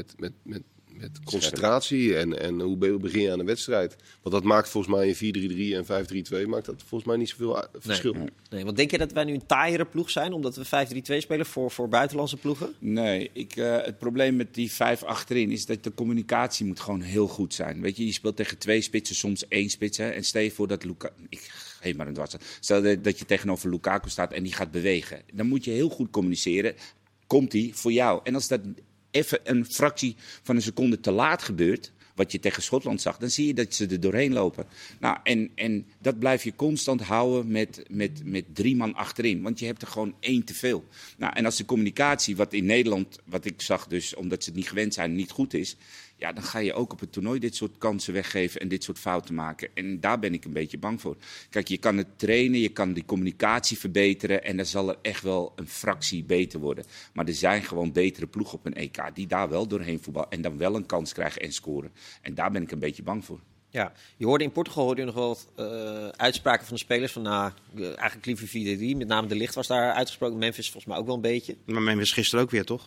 concentratie en hoe begin je aan een wedstrijd. Want dat maakt volgens mij in 4-3-3 en 5-3-2 maakt dat volgens mij niet zoveel verschil. Nee, want denk je dat wij nu een taaiere ploeg zijn omdat we 5-3-2 spelen voor buitenlandse ploegen? Nee, het probleem met die 5 achterin is dat de communicatie moet gewoon heel goed zijn. Weet je speelt tegen 2 spitsen, soms 1 spits. Hè, en stel je voor dat geef maar een dwars. Stel dat je tegenover Lukaku staat en die gaat bewegen. Dan moet je heel goed communiceren. Komt die voor jou? En als dat even een fractie van een seconde te laat gebeurt, wat je tegen Schotland zag, dan zie je dat ze er doorheen lopen. Nou, en dat blijf je constant houden met 3 man achterin. Want je hebt er gewoon 1 te veel. Nou, en als de communicatie, wat in Nederland, wat ik zag dus, omdat ze het niet gewend zijn, niet goed is, ja, dan ga je ook op het toernooi dit soort kansen weggeven en dit soort fouten maken. En daar ben ik een beetje bang voor. Kijk, je kan het trainen, je kan die communicatie verbeteren en dan zal er echt wel een fractie beter worden. Maar er zijn gewoon betere ploegen op een EK die daar wel doorheen voetballen en dan wel een kans krijgen en scoren. En daar ben ik een beetje bang voor. Ja, in Portugal hoorde je nog wel wat uitspraken van de spelers van eigenlijk liever 4-3. Met name De Ligt was daar uitgesproken. Memphis volgens mij ook wel een beetje. Maar Memphis gisteren ook weer, toch?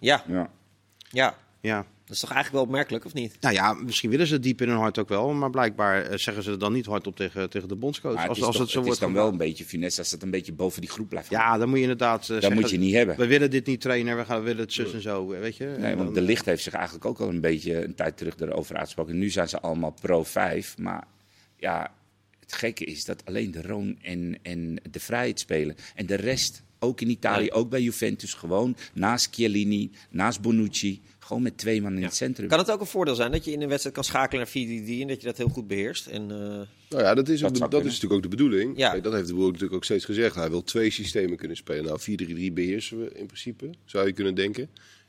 Ja. Dat is toch eigenlijk wel opmerkelijk, of niet? Nou ja, misschien willen ze het diep in hun hart ook wel. Maar blijkbaar zeggen ze het dan niet hardop tegen de bondscoach. Maar het is dan wel een beetje finesse als het een beetje boven die groep blijft. Ja, dan moet je inderdaad zeggen, moet je niet hebben. We willen dit niet trainen, we willen het zus en zo, weet je. Nee, want De Ligt heeft zich eigenlijk ook al een beetje een tijd terug erover uitgesproken. Nu zijn ze allemaal pro-5, maar ja, het gekke is dat alleen de Roon en de Vrij spelen. En de rest, ook in Italië, ook bij Juventus, gewoon naast Chiellini, naast Bonucci, gewoon met 2 man in het centrum. Kan het ook een voordeel zijn dat je in een wedstrijd kan schakelen naar 4-3 en dat je dat heel goed beheerst? En, nou ja, dat is natuurlijk ook de bedoeling. Ja. Kijk, dat heeft de boer natuurlijk ook steeds gezegd. Hij wil 2 systemen kunnen spelen. Nou, 4-3-3 beheersen we in principe, zou je kunnen denken.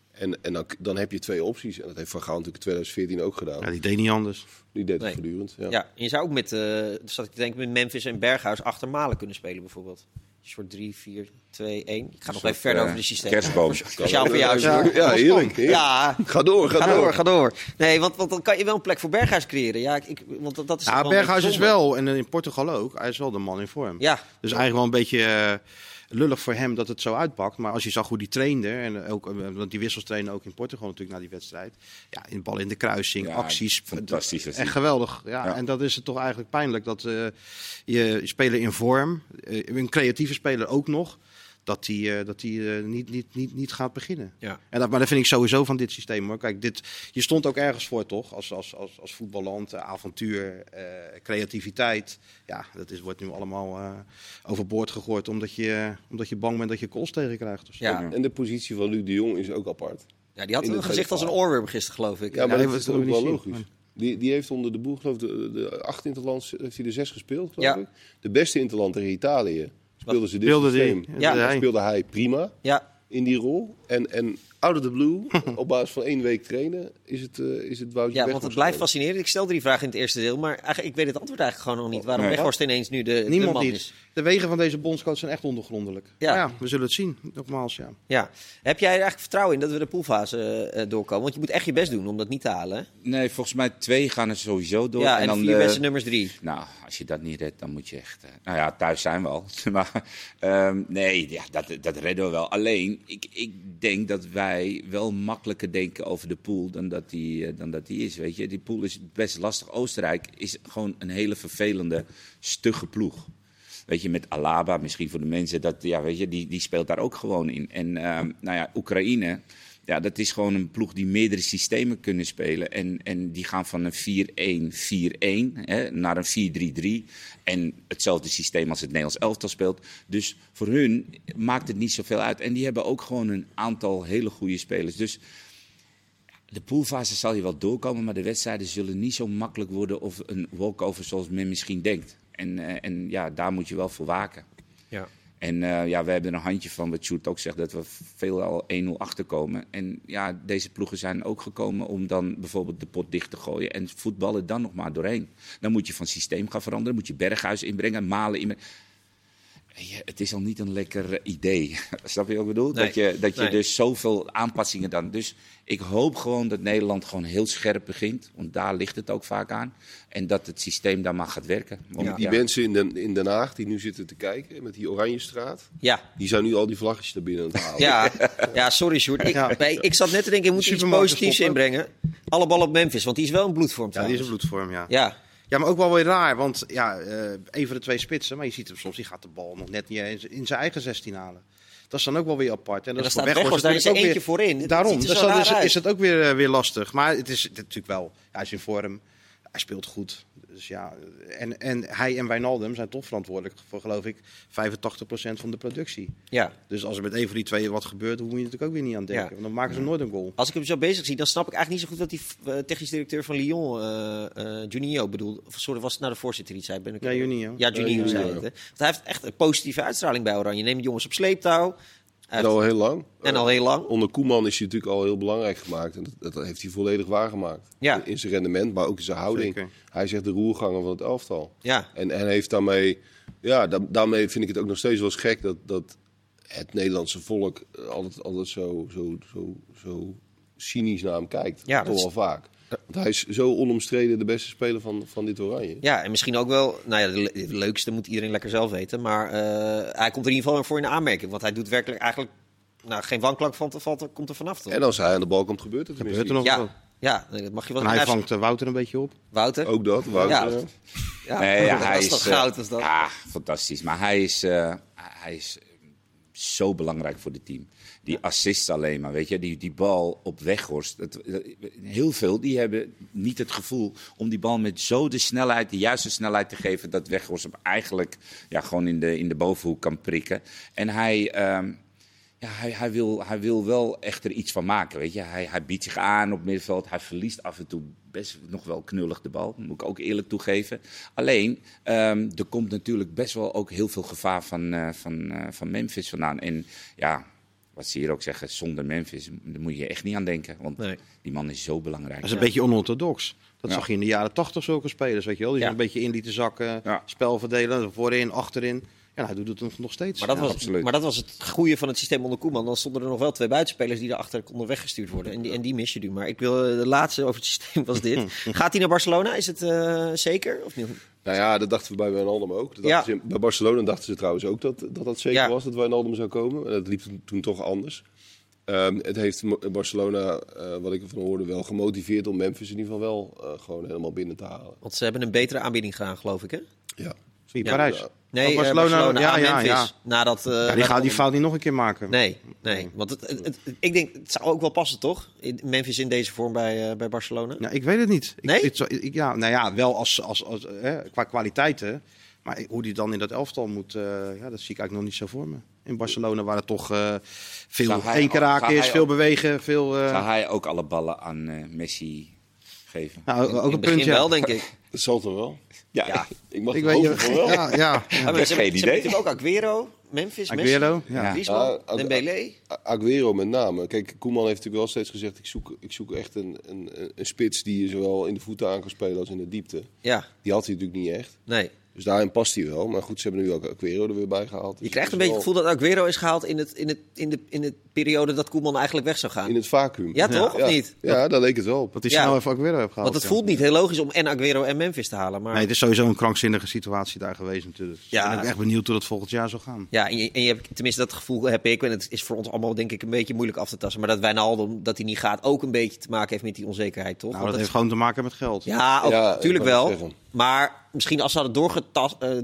En dan heb je 2 opties. En dat heeft Van Gaal natuurlijk in 2014 ook gedaan. Ja, die deed niet anders. Die deed het voortdurend. Ja. En je zou ook zat ik te denken, met Memphis en Berghuis achter Malen kunnen spelen bijvoorbeeld. Een soort 3, 4, 2, 1. Ik ga nog even verder over de systemen. Kerstboom. Speciaal voor jou. Ja, heerlijk. Ja. Ga door. Nee, want dan kan je wel een plek voor Berghuis creëren. Ja, want dat is Berghuis is wel, en in Portugal ook, hij is wel de man in vorm. Ja. Dus eigenlijk wel een beetje lullig voor hem dat het zo uitpakt. Maar als je zag hoe die trainde, en ook, want die wissels trainen ook in Portugal natuurlijk na die wedstrijd. Ja, in bal in de kruising, acties. Fantastisch. Echt geweldig. Ja. En dat is het toch eigenlijk pijnlijk dat je speler in vorm, een creatieve speler ook nog, dat die niet gaat beginnen. Ja. Maar dat vind ik sowieso van dit systeem. Hoor. Kijk, je stond ook ergens voor, toch? Als voetballand, avontuur, creativiteit. Ja, wordt nu allemaal overboord gegooid omdat je bang bent dat je calls tegen krijgt. Dus. Ja. En de positie van Luc de Jong is ook apart. Ja, die had een gezicht als een oorworm gisteren, geloof ik. Ja, maar dat is ook wel logisch. Die heeft onder de boer, geloof ik, de 8 interlands, heeft hij er 6 gespeeld, geloof ik. De beste interland tegen Italië speelde ze dit systeem. Speelde hij prima in die rol. En out of the blue, op basis van 1 week trainen, is het Woutje. Ja, want het blijft fascinerend. Ik stelde die vraag in het eerste deel, maar eigenlijk, ik weet het antwoord eigenlijk gewoon nog niet. Waarom Weghorst ineens nu de man is. De wegen van deze bondscoach zijn echt ondergrondelijk. Ja, we zullen het zien, nogmaals. Ja. Heb jij er eigenlijk vertrouwen in dat we de poolfase doorkomen? Want je moet echt je best doen om dat niet te halen. Hè? Nee, volgens mij 2 gaan er sowieso door. Ja, en dan 4 beste nummers 3. Nou, als je dat niet redt, dan moet je echt... nou ja, thuis zijn we al. Maar dat redden we wel. Alleen, ik denk dat wij wel makkelijker denken over de pool dan dat die is. Weet je? Die pool is best lastig. Oostenrijk is gewoon een hele vervelende, stugge ploeg. Weet je, met Alaba, misschien voor de mensen, die speelt daar ook gewoon in. En Oekraïne, ja, dat is gewoon een ploeg die meerdere systemen kunnen spelen. En die gaan van een 4-1-4-1 naar een 4-3-3. En hetzelfde systeem als het Nederlands elftal speelt. Dus voor hun maakt het niet zoveel uit. En die hebben ook gewoon een aantal hele goede spelers. Dus de poolfase zal je wel doorkomen, maar de wedstrijden zullen niet zo makkelijk worden of een walkover zoals men misschien denkt. En daar moet je wel voor waken. Ja. En we hebben er een handje van, wat Sjoerd ook zegt, dat we veel al 1-0 achterkomen. En ja, deze ploegen zijn ook gekomen om dan bijvoorbeeld de pot dicht te gooien. En voetballen dan nog maar doorheen. Dan moet je van systeem gaan veranderen, moet je Berghuis inbrengen, Malen inbrengen. Ja, het is al niet een lekker idee. Snap je wat ik bedoel? Nee. Dat je dus zoveel aanpassingen dan... Dus ik hoop gewoon dat Nederland gewoon heel scherp begint. Want daar ligt het ook vaak aan. En dat het systeem daar maar gaat werken. Want, Die mensen in Den Haag die nu zitten te kijken met die Oranjestraat. Ja. Die zijn nu al die vlaggetjes naar binnen aan het halen. Ja, sorry Sjoerd. Ik zat net te denken, ik moet iets Supermarkten positiefs stoppen. inbrengen. Alle ballen op Memphis, want die is wel een bloedvorm Ja, die is trouwens. een bloedvorm, ja. Ja. Ja, maar ook wel weer raar, want een van de 2 spitsen, maar je ziet hem soms, die gaat de bal nog net niet eens in zijn eigen 16 halen. Dat is dan ook wel weer apart. En En dat daar is staat Weghorst, daar is er natuurlijk eentje ook weer- voorin. Daarom, Het ziet er dus zo dan raar uit. is het ook weer lastig. Maar het is natuurlijk wel, hij is in vorm, hij speelt goed. Dus ja, en hij en Wijnaldum zijn toch verantwoordelijk voor, geloof ik, 85% van de productie. Ja. Dus als er met een van die twee wat gebeurt, dan moet je natuurlijk ook weer niet aan denken. Ja. Want dan maken ze nooit een goal. Als ik hem zo bezig zie, dan snap ik eigenlijk niet zo goed wat die technisch directeur van Lyon, Juninho, bedoelt. Of sorry, was het nou de voorzitter die het zei? Ja, Juninho. Ja, Juninho zei het. Hè. Want hij heeft echt een positieve uitstraling bij Oranje. Neemt jongens op sleeptouw. Hij En heeft- al heel lang. En al heel lang. Onder Koeman is hij natuurlijk al heel belangrijk gemaakt. En dat heeft hij volledig waargemaakt. Ja. In zijn rendement, maar ook in zijn houding. Zeker. Hij zegt de roerganger van het elftal. Ja. En heeft daarmee... Ja, daarmee vind ik het ook nog steeds wel eens gek dat het Nederlandse volk altijd zo cynisch naar hem kijkt. Ja, Toch dat wel vaak. Want hij is zo onomstreden de beste speler van dit Oranje. Ja, en misschien ook wel, nou ja, de leukste moet iedereen lekker zelf weten. Maar hij komt er in ieder geval voor in de aanmerking. Want hij doet werkelijk eigenlijk geen wanklank van komt er vanaf. Toch? En als hij aan de bal komt, gebeurt het Gebeurt er tenminste nog Ja, wat. ja, nee, dat mag je wel En hij zeggen. vangt Wouter een beetje op. Wouter? iets. Ook dat, Wouter. Ja. Ja, Nee, ja, hij dat is toch goud, is dat? Ja, fantastisch. Maar hij is zo belangrijk voor het team. Die assists alleen maar, weet je. Die bal op Weghorst. Heel veel, die hebben niet het gevoel om die bal met zo de juiste snelheid te geven, dat Weghorst hem eigenlijk gewoon in de bovenhoek kan prikken. En hij wil wel echt er iets van maken, weet je. Hij biedt zich aan op middenveld. Hij verliest af en toe best nog wel knullig de bal. Dat moet ik ook eerlijk toegeven. Alleen, er komt natuurlijk best wel ook heel veel gevaar van Memphis vandaan. En ja, wat ze hier ook zeggen, zonder Memphis, daar moet je echt niet aan denken. Want Nee. die man is zo belangrijk. Dat is een beetje onorthodox. Dat Ja. zag je in de jaren 80 zulke spelers, weet je wel. Die Ja. een beetje in lieten zakken, Ja. spel verdelen, voorin, achterin. Ja, hij doet het nog steeds. Maar dat, absoluut. maar dat was het goede van het systeem onder Koeman. Dan stonden er nog wel 2 buitenspelers die daarachter konden weggestuurd worden. En die mis je nu. Maar ik wil de laatste over het systeem was dit. Gaat hij naar Barcelona? Is het zeker of niet? Nou ja, dat dachten we bij Wijnaldum ook. Dat Ja. dachten ze- bij Barcelona dachten ze trouwens ook dat zeker Ja. was dat Wijnaldum zou komen. En dat liep toen toch anders. Het heeft Barcelona, wat ik ervan hoorde, wel gemotiveerd om Memphis in ieder geval wel gewoon helemaal binnen te halen. Want ze hebben een betere aanbieding gedaan, geloof ik, hè? Ja. Wie, Ja. Parijs? Ja. Nee, Oh, Barcelona, ja, aan ja, Memphis. ja. Nadat, Ja, die gaat die fout niet nog een keer maken. Nee. Want ik denk, het zou ook wel passen, toch? Memphis in deze vorm bij Barcelona. Nou, ik weet het niet. Nee? Nou ja, wel als qua kwaliteiten. Maar hoe die dan in dat elftal moet, dat zie ik eigenlijk nog niet zo voor me. In Barcelona waar het toch veel Zou hij één keer ook- raken zou is, hij veel ook- bewegen, veel... Zou hij ook alle ballen aan Messi geven? nou, In ook het een begin punt, ja. wel, denk ik. Dat zal toch wel? Ja. Ik mag Ik het weet hopen van wel. ja. Maar ze hebben geen idee. natuurlijk ook Aguero, Memphis, Aguero, Messi, ja. Griezmann, Ja, Dembélé. Aguero met name. Kijk, Koeman heeft natuurlijk wel steeds gezegd, ik zoek echt een spits die je zowel in de voeten aan kan spelen als in de diepte. Ja, Die had hij natuurlijk niet echt. nee. Dus daarin past hij wel. Maar goed, ze hebben nu ook Aguero er weer bij gehaald. Dus Je krijgt het een is beetje het wel gevoel dat Aguero is gehaald in de periode dat Koeman eigenlijk weg zou gaan. in het vacuüm. Ja, toch? Of niet? Ja, daar leek het wel op. Dat hij Ja. snel even Aguero heeft gehaald. Want het ja. voelt niet heel logisch om en Aguero en Memphis te halen. Maar Nee, het is sowieso een krankzinnige situatie daar geweest natuurlijk. Ja. Ik ben ook echt benieuwd hoe dat volgend jaar zal gaan. ja, en je hebt, tenminste dat gevoel heb ik. En het is voor ons allemaal denk ik een beetje moeilijk af te tasten. Maar dat Wijnaldum, dat hij niet gaat, ook een beetje te maken heeft met die onzekerheid, toch? Nou, Want dat heeft gewoon te maken met geld. Ja, ook, Ja, natuurlijk ik wou wel. het zeggen. Maar misschien als ze hadden Nee, het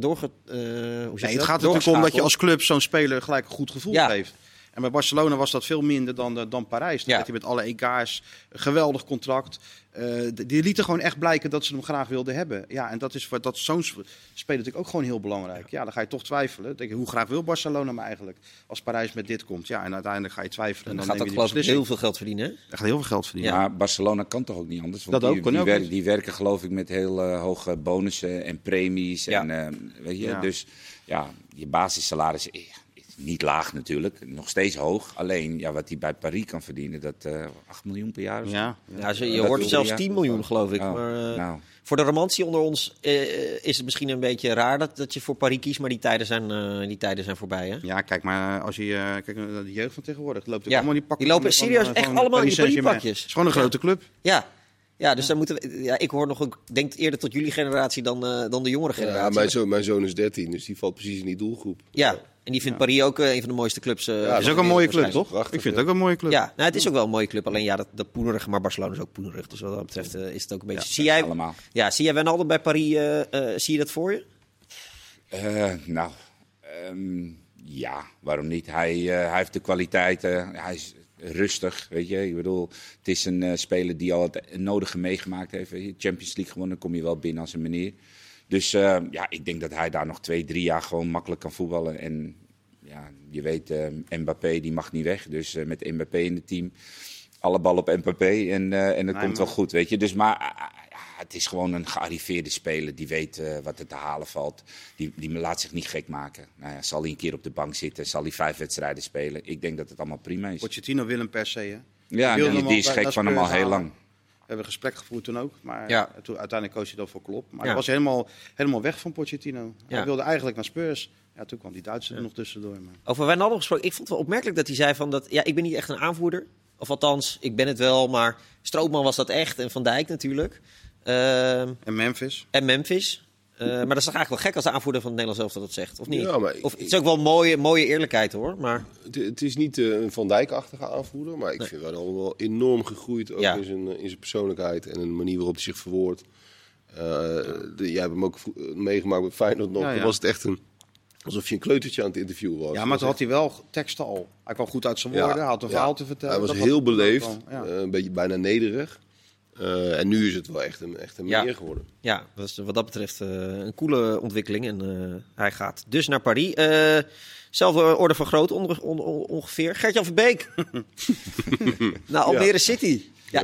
gaat natuurlijk om dat je als club zo'n speler gelijk een goed gevoel Ja. geeft. En bij Barcelona was dat veel minder dan Parijs. Dan Ja. had hij met alle EK's een geweldig contract. Die lieten gewoon echt blijken dat ze hem graag wilden hebben. Ja, en dat is voor zo'n speler natuurlijk ook gewoon heel belangrijk. Ja, dan ga je toch twijfelen. Dan denk je, hoe graag wil Barcelona me eigenlijk als Parijs met dit komt? Ja, en uiteindelijk ga je twijfelen. En dan dan gaat neem dat je die geloof ik beslissing. heel veel geld verdienen. Hè? Daar gaat heel veel geld verdienen. Ja. Maar Barcelona kan toch ook niet anders? Want Dat ook, kan ook niet. die werken geloof ik met heel hoge bonussen en premies. Ja. En, weet je, Ja. Dus ja, je basissalaris niet laag natuurlijk, nog steeds hoog. Alleen ja, wat hij bij Paris kan verdienen, dat 8 miljoen per jaar of zo. Ja. Je hoort zelfs 10 miljoen, geloof ik. Oh, Maar, nou. voor de romantie onder ons is het misschien een beetje raar dat je voor Paris kiest, maar die tijden zijn voorbij. Hè? Ja, kijk maar als je kijkt naar de jeugd van tegenwoordig. Loopt ook Ja, allemaal die pakken. die lopen serieus echt allemaal in die Paris-pakjes. Het is gewoon een grote club. Ja, dus daar moeten we. Ja, ik hoor nog ook, denk eerder tot jullie generatie dan de jongere generatie. Mijn zoon is 13, dus die valt precies in die doelgroep. Ja, en die vindt Paris ook een van de mooiste clubs. Het is ook een mooie club, toch? Prachtig, Ik vind het ook een mooie club. Ja, nou, het is ook wel een mooie club. Alleen ja, dat poenerige, maar Barcelona is ook poenerig. Dus wat dat betreft is het ook een beetje... Zie jij Wijnaldum bij Paris, zie je dat voor je? Ja, waarom niet? Hij heeft de kwaliteiten, hij is rustig, weet je. Ik bedoel, het is een speler die al het nodige meegemaakt heeft. Champions League gewonnen, dan kom je wel binnen als een meneer. Dus ik denk dat hij daar nog 2-3 jaar gewoon makkelijk kan voetballen. En ja, je weet, Mbappé die mag niet weg. Dus met Mbappé in het team, alle bal op Mbappé en dat komt wel goed, weet je. Dus het is gewoon een gearriveerde speler die weet wat er te halen valt. Die laat zich niet gek maken. Nou ja, zal hij een keer op de bank zitten, zal hij 5 wedstrijden spelen. Ik denk dat het allemaal prima is. Pochettino wil hem per se, hè? Ja, die is gek van hem al heel lang. We hebben een gesprek gevoerd toen ook, maar toen, uiteindelijk koos hij dat voor Klopp. Maar hij was helemaal weg van Pochettino. Ja. Hij wilde eigenlijk naar Spurs. Ja, toen kwam die Duitser er nog tussendoor. Maar... Over Wijnaldum gesproken, ik vond het wel opmerkelijk dat hij zei van dat... Ja, ik ben niet echt een aanvoerder. Of althans, ik ben het wel, maar Strootman was dat echt. En Van Dijk natuurlijk. En Memphis. Maar dat is toch eigenlijk wel gek als de aanvoerder van het Nederlands elftal dat zegt, of niet? Ja, maar of, het is ook wel mooie eerlijkheid, hoor. Maar... Het is niet een Van Dijk-achtige aanvoerder, maar ik vind wel enorm gegroeid ook in zijn persoonlijkheid en een manier waarop hij zich verwoordt. Jij hebt hem ook meegemaakt met Feyenoord nog. Toen was het echt alsof je een kleutertje aan het interviewen was. Ja, maar toen had hij wel teksten al. Hij kwam goed uit zijn woorden, hij had een verhaal te vertellen. Hij was heel beleefd, een beetje bijna nederig. En nu is het wel echt een meneer geworden. Ja, dat is wat dat betreft een coole ontwikkeling. En hij gaat dus naar Paris. Zelfde orde van grootte ongeveer. Gert-Jan Verbeek. Nou, Almere City. Ja,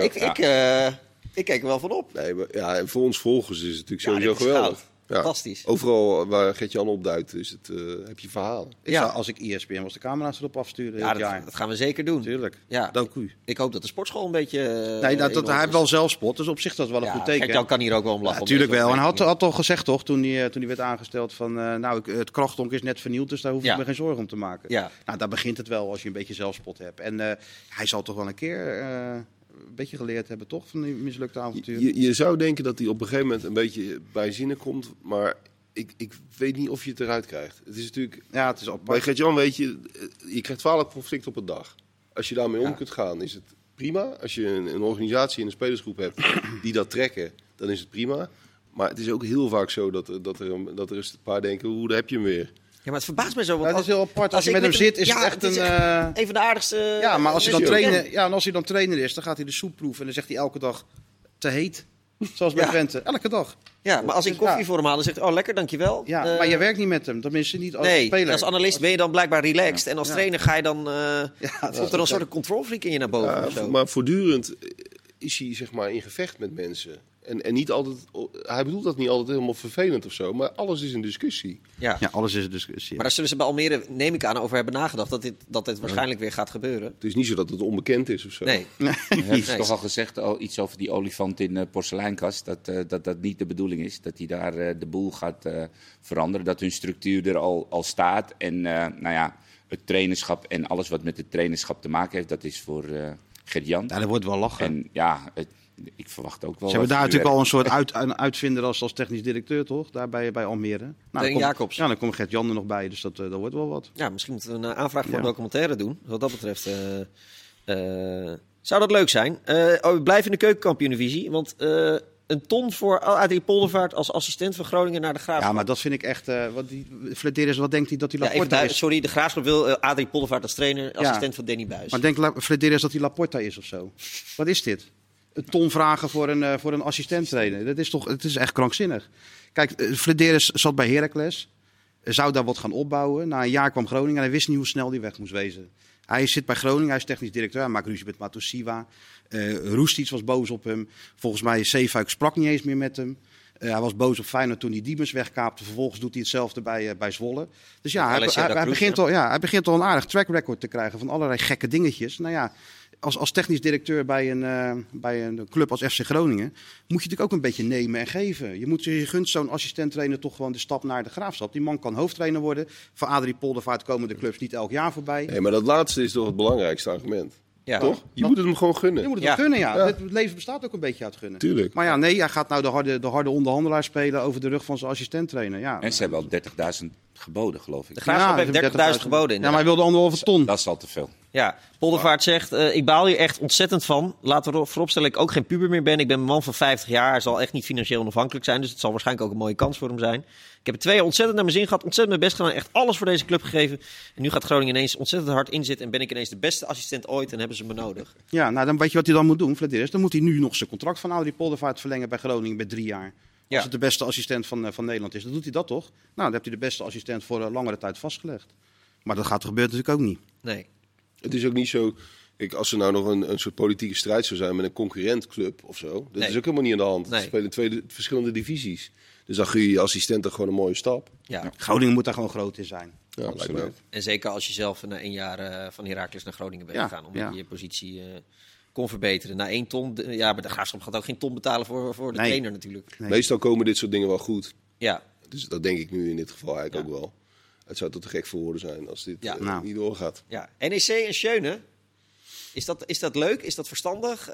ik keek er wel van op. Nee, maar, en voor ons volgers is het natuurlijk sowieso geweldig. Ja. Fantastisch. Overal waar Gert-Jan opduikt, heb je verhalen. Als ik ESPN was, de camera's erop afsturen. Dat gaan we zeker doen. Tuurlijk. Ja. Doku. Ik hoop dat de sportschool een beetje... hij heeft wel zelfspot, dus op zich dat is wel een goed teken. Gert-Jan kan hier ook wel om lachen. Natuurlijk wel. En hij had al gezegd, toch, toen hij werd aangesteld van... het krachtonk is net vernieuwd, dus daar hoef ik me geen zorgen om te maken. Ja. Nou, daar begint het wel als je een beetje zelfspot hebt. En hij zal toch wel een keer... een beetje geleerd hebben, toch, van die mislukte avonturen. Je zou denken dat hij op een gegeven moment een beetje bij zinnen komt, maar ik weet niet of je het eruit krijgt. Het is natuurlijk... Ja, het is apart. Bij Gert-Jan weet je krijgt 12 conflicten op een dag. Als je daarmee om kunt gaan, is het prima. Als je een organisatie en een spelersgroep hebt die dat trekken, dan is het prima. Maar het is ook heel vaak zo dat er eens een paar denken, daar heb je hem weer. Ja, maar het verbaast me zo. Want het is heel apart. Als je met hem zit, is het echt een van de aardigste... Ja, maar als hij dan trainer is, dan gaat hij de soep proeven. En dan zegt hij elke dag te heet. Zoals bij Twente. Elke dag. Ja, maar als ik koffie voor hem haal, dan zegt hij, lekker, dankjewel. Ja, maar je werkt niet met hem. Tenminste niet als speler. Als analist ben je dan blijkbaar relaxed. En als trainer ga je dan... komt er een soort control freak in je naar boven of zo. Maar voortdurend is hij zeg maar in gevecht met mensen. En niet altijd, hij bedoelt dat niet altijd helemaal vervelend of zo, maar alles is een discussie. Ja, alles is een discussie. Maar daar zullen ze bij Almere, neem ik aan, over hebben nagedacht dat dit waarschijnlijk weer gaat gebeuren. Het is niet zo dat het onbekend is of zo. Nee. Hij heeft toch al gezegd, iets over die olifant in de porseleinkast, dat niet de bedoeling is. Dat hij daar de boel gaat veranderen, dat hun structuur er al staat. En het trainerschap en alles wat met het trainerschap te maken heeft, dat is voor Gert-Jan. Ja, dat wordt wel lachen. En ik verwacht ook wel... Ze hebben daar natuurlijk al een soort uitvinder als technisch directeur, toch? Daar bij Almere. Jacobs. Ja, dan komt Gert-Jan er nog bij, dus dat wordt wel wat. Ja, misschien moeten we een aanvraag voor een documentaire doen. Wat dat betreft zou dat leuk zijn. We blijven in de keukenkampioen-divisie, want... een ton voor Adrie Poldervaart als assistent van Groningen naar de Graafschap. Ja, maar dat vind ik echt... wat denkt hij dat hij Laporta is? Sorry, de Graafschap wil Adrie Poldervaart als trainer, assistent van Danny Buijs. Maar denkt Flederis dat hij Laporta is of zo? Wat is dit? Een ton vragen voor een assistent trainer. Het is echt krankzinnig. Kijk, Flederis zat bij Heracles. Zou daar wat gaan opbouwen. Na een jaar kwam Groningen en hij wist niet hoe snel hij weg moest wezen. Hij zit bij Groningen, hij is technisch directeur. Hij maakt ruzie met Matosiwa. Roestic was boos op hem. Volgens mij Zeefuik sprak niet eens meer met hem. Hij was boos op Feyenoord toen hij Diemers wegkaapte. Vervolgens doet hij hetzelfde bij Zwolle. Dus ja, hij begint al een aardig track record te krijgen van allerlei gekke dingetjes. Nou ja, als technisch directeur bij een club als FC Groningen moet je natuurlijk ook een beetje nemen en geven. Je gunt zo'n assistent-trainer toch gewoon de stap naar de Graafschap. Die man kan hoofdtrainer worden. Voor Adrie Poldervaart komen de clubs niet elk jaar voorbij. Nee, maar dat laatste is toch het belangrijkste argument. Ja. Toch? Je moet het hem gewoon gunnen. Je moet het wel gunnen, ja. Het leven bestaat ook een beetje uit gunnen. Tuurlijk. Maar ja, nee, hij gaat nou de harde onderhandelaar spelen over de rug van zijn assistent-trainer. Ja. En ze hebben al 30.000 geboden, geloof ik. De Graafschap heeft 30.000 geboden. Ja, maar hij wilde 1,5 ton. Dat is al te veel. Ja, Poldervaart zegt, ik baal hier echt ontzettend van. Laten we vooropstellen dat ik ook geen puber meer ben. Ik ben een man van 50 jaar. Hij zal echt niet financieel onafhankelijk zijn. Dus het zal waarschijnlijk ook een mooie kans voor hem zijn. Ik heb het 2 jaar ontzettend naar mijn zin gehad. Ontzettend mijn best gedaan. Echt alles voor deze club gegeven. En nu gaat Groningen ineens ontzettend hard inzitten. En ben ik ineens de beste assistent ooit. En hebben ze me nodig. Ja, nou dan weet je wat hij dan moet doen, Flederis. Dan moet hij nu nog zijn contract van Adrie Poldervaart verlengen bij Groningen bij 3 jaar. Ja. Als het de beste assistent van Nederland is, dan doet hij dat toch? Nou, dan heeft hij de beste assistent voor een langere tijd vastgelegd. Maar dat gebeuren natuurlijk ook niet. Nee. Het is ook niet zo... Kijk, als er nou nog een soort politieke strijd zou zijn met een concurrentclub of zo... Dat is ook helemaal niet aan de hand. Nee. Ze spelen 2 verschillende divisies. Dus dan gun je je assistent toch gewoon een mooie stap. Ja. Groningen moet daar gewoon groot in zijn. Ja, lijkt me ook. En zeker als je zelf na 1 jaar van Heracles naar Groningen bent gegaan. Omdat je je positie kon verbeteren. Na 1 ton... maar de Graafschap gaat ook geen ton betalen voor de trainer natuurlijk. Nee. Meestal komen dit soort dingen wel goed. Ja. Dus dat denk ik nu in dit geval eigenlijk ook wel. Het zou toch te gek voor woorden zijn als dit niet doorgaat. Ja. NEC en Schöne. Is dat leuk? Is dat verstandig?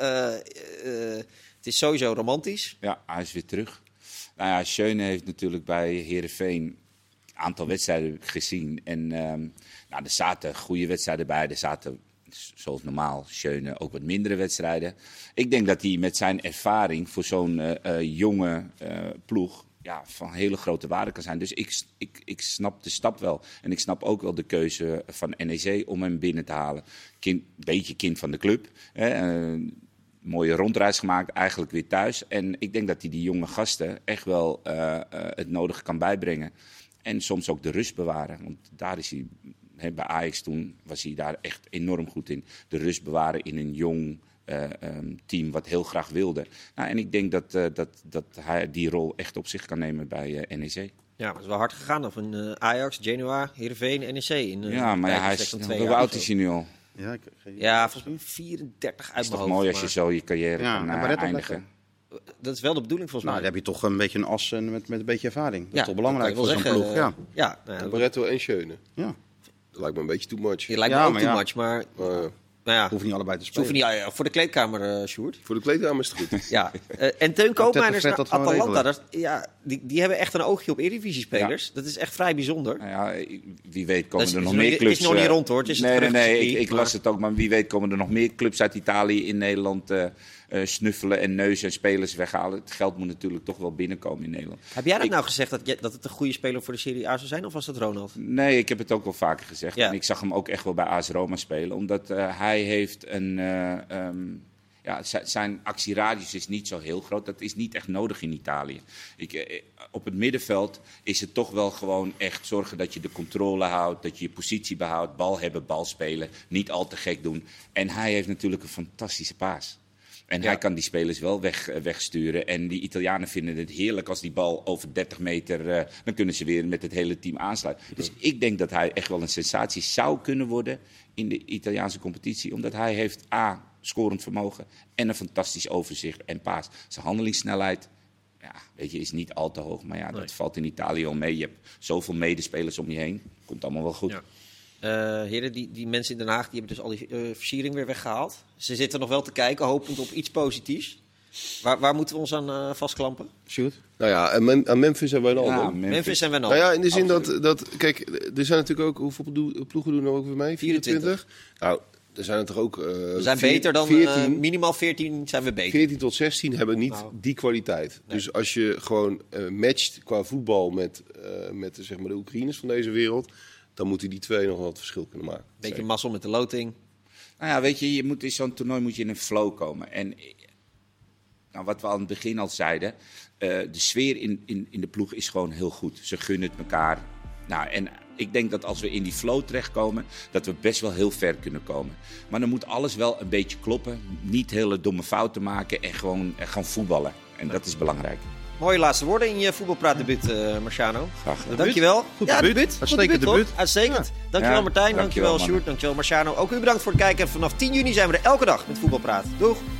Het is sowieso romantisch. Ja, hij is weer terug. Nou ja, Schöne heeft natuurlijk bij Heerenveen een aantal wedstrijden gezien. En er zaten goede wedstrijden bij. Er zaten, zoals normaal, Schöne ook wat mindere wedstrijden. Ik denk dat hij met zijn ervaring voor zo'n jonge ploeg... van hele grote waarde kan zijn. Dus ik snap de stap wel. En ik snap ook wel de keuze van NEC om hem binnen te halen. Beetje kind van de club. Mooie rondreis gemaakt, eigenlijk weer thuis. En ik denk dat hij die jonge gasten echt wel het nodige kan bijbrengen. En soms ook de rust bewaren. Want daar is hij, bij Ajax toen, was hij daar echt enorm goed in. De rust bewaren in een jong... team wat heel graag wilde. Nou, en ik denk dat hij die rol echt op zich kan nemen bij NEC. Ja, maar het is wel hard gegaan dan van Ajax, Genoa, Heerenveen, NEC. Maar hoe oud is hij nu al? Ja, volgens mij 34 uit mijn hoofd. Het is toch mooi als je zo je carrière kan eindigen. Dat is wel de bedoeling volgens mij. Dan heb je toch een beetje een as met een beetje ervaring. Dat is toch belangrijk voor zo'n ploeg. Barretto en Schöne. Ja. Dat lijkt me een beetje too much. Het lijkt me ook too much, maar... Hoeven niet allebei te spelen. Voor de kleedkamer, Sjoerd. Voor de kleedkamer is het goed. Ja. En Teun Koopmeiners naar Atalanta. Die hebben echt een oogje op Eredivisie-spelers. Ja. Dat is echt vrij bijzonder. Nou ja, wie weet komen er nog meer clubs. Het is nog niet rond, hoor. Ik las het ook. Maar wie weet komen er nog meer clubs uit Italië in Nederland snuffelen en neuzen en spelers weghalen. Het geld moet natuurlijk toch wel binnenkomen in Nederland. Heb jij dat nou gezegd, dat het een goede speler voor de Serie A zou zijn? Of was dat Ronald? Nee, ik heb het ook wel vaker gezegd. Ja. En ik zag hem ook echt wel bij AS Roma spelen. Omdat hij heeft een... zijn actieradius is niet zo heel groot. Dat is niet echt nodig in Italië. Op het middenveld is het toch wel gewoon echt zorgen dat je de controle houdt. Dat je je positie behoudt. Bal hebben, bal spelen. Niet al te gek doen. En hij heeft natuurlijk een fantastische paas. En hij kan die spelers wel wegsturen. En die Italianen vinden het heerlijk als die bal over 30 meter... dan kunnen ze weer met het hele team aansluiten. Dus ik denk dat hij echt wel een sensatie zou kunnen worden in de Italiaanse competitie. Omdat hij heeft scorend vermogen en een fantastisch overzicht en paas. Zijn handelingssnelheid is niet al te hoog. Maar dat valt in Italië al mee. Je hebt zoveel medespelers om je heen. Komt allemaal wel goed. Ja. Heren, die mensen in Den Haag die hebben dus al die versiering weer weggehaald. Ze zitten nog wel te kijken, hopend op iets positiefs. Waar moeten we ons aan vastklampen? Shoot. Nou ja, aan Memphis en Wijnaldum. Ja, Memphis en Wijnaldum. Nou ja, in de zin dat... Kijk, er zijn natuurlijk ook... Hoeveel ploegen doen er ook weer mee? 24. Nou, er zijn er toch ook... we zijn beter dan... minimaal 14 zijn we beter. 14 tot 16 hebben niet die kwaliteit. Nee. Dus als je gewoon matcht qua voetbal met zeg maar de Oekraïners van deze wereld... dan moeten die twee nog wel het verschil kunnen maken. Beetje mazzel met de loting. Nou ja, weet je, in zo'n toernooi moet je in een flow komen. En wat we al aan het begin al zeiden... de sfeer in de ploeg is gewoon heel goed. Ze gunnen het elkaar. Nou, en ik denk dat als we in die flow terechtkomen... dat we best wel heel ver kunnen komen. Maar dan moet alles wel een beetje kloppen. Niet hele domme fouten maken en gewoon voetballen. En dat is belangrijk. Mooie laatste woorden in je voetbalpraatdebuut, Marciano. Graag gedaan. Dankjewel. Goed Ja, debuut. debuut. Uitstekend Goed debuut. toch? Uitstekend. Dankjewel Ja, Martijn, dankjewel dankjewel, Sjoerd, dankjewel Marciano. Ook u bedankt voor het kijken. Vanaf 10 juni zijn we er elke dag met Voetbalpraat. Doeg!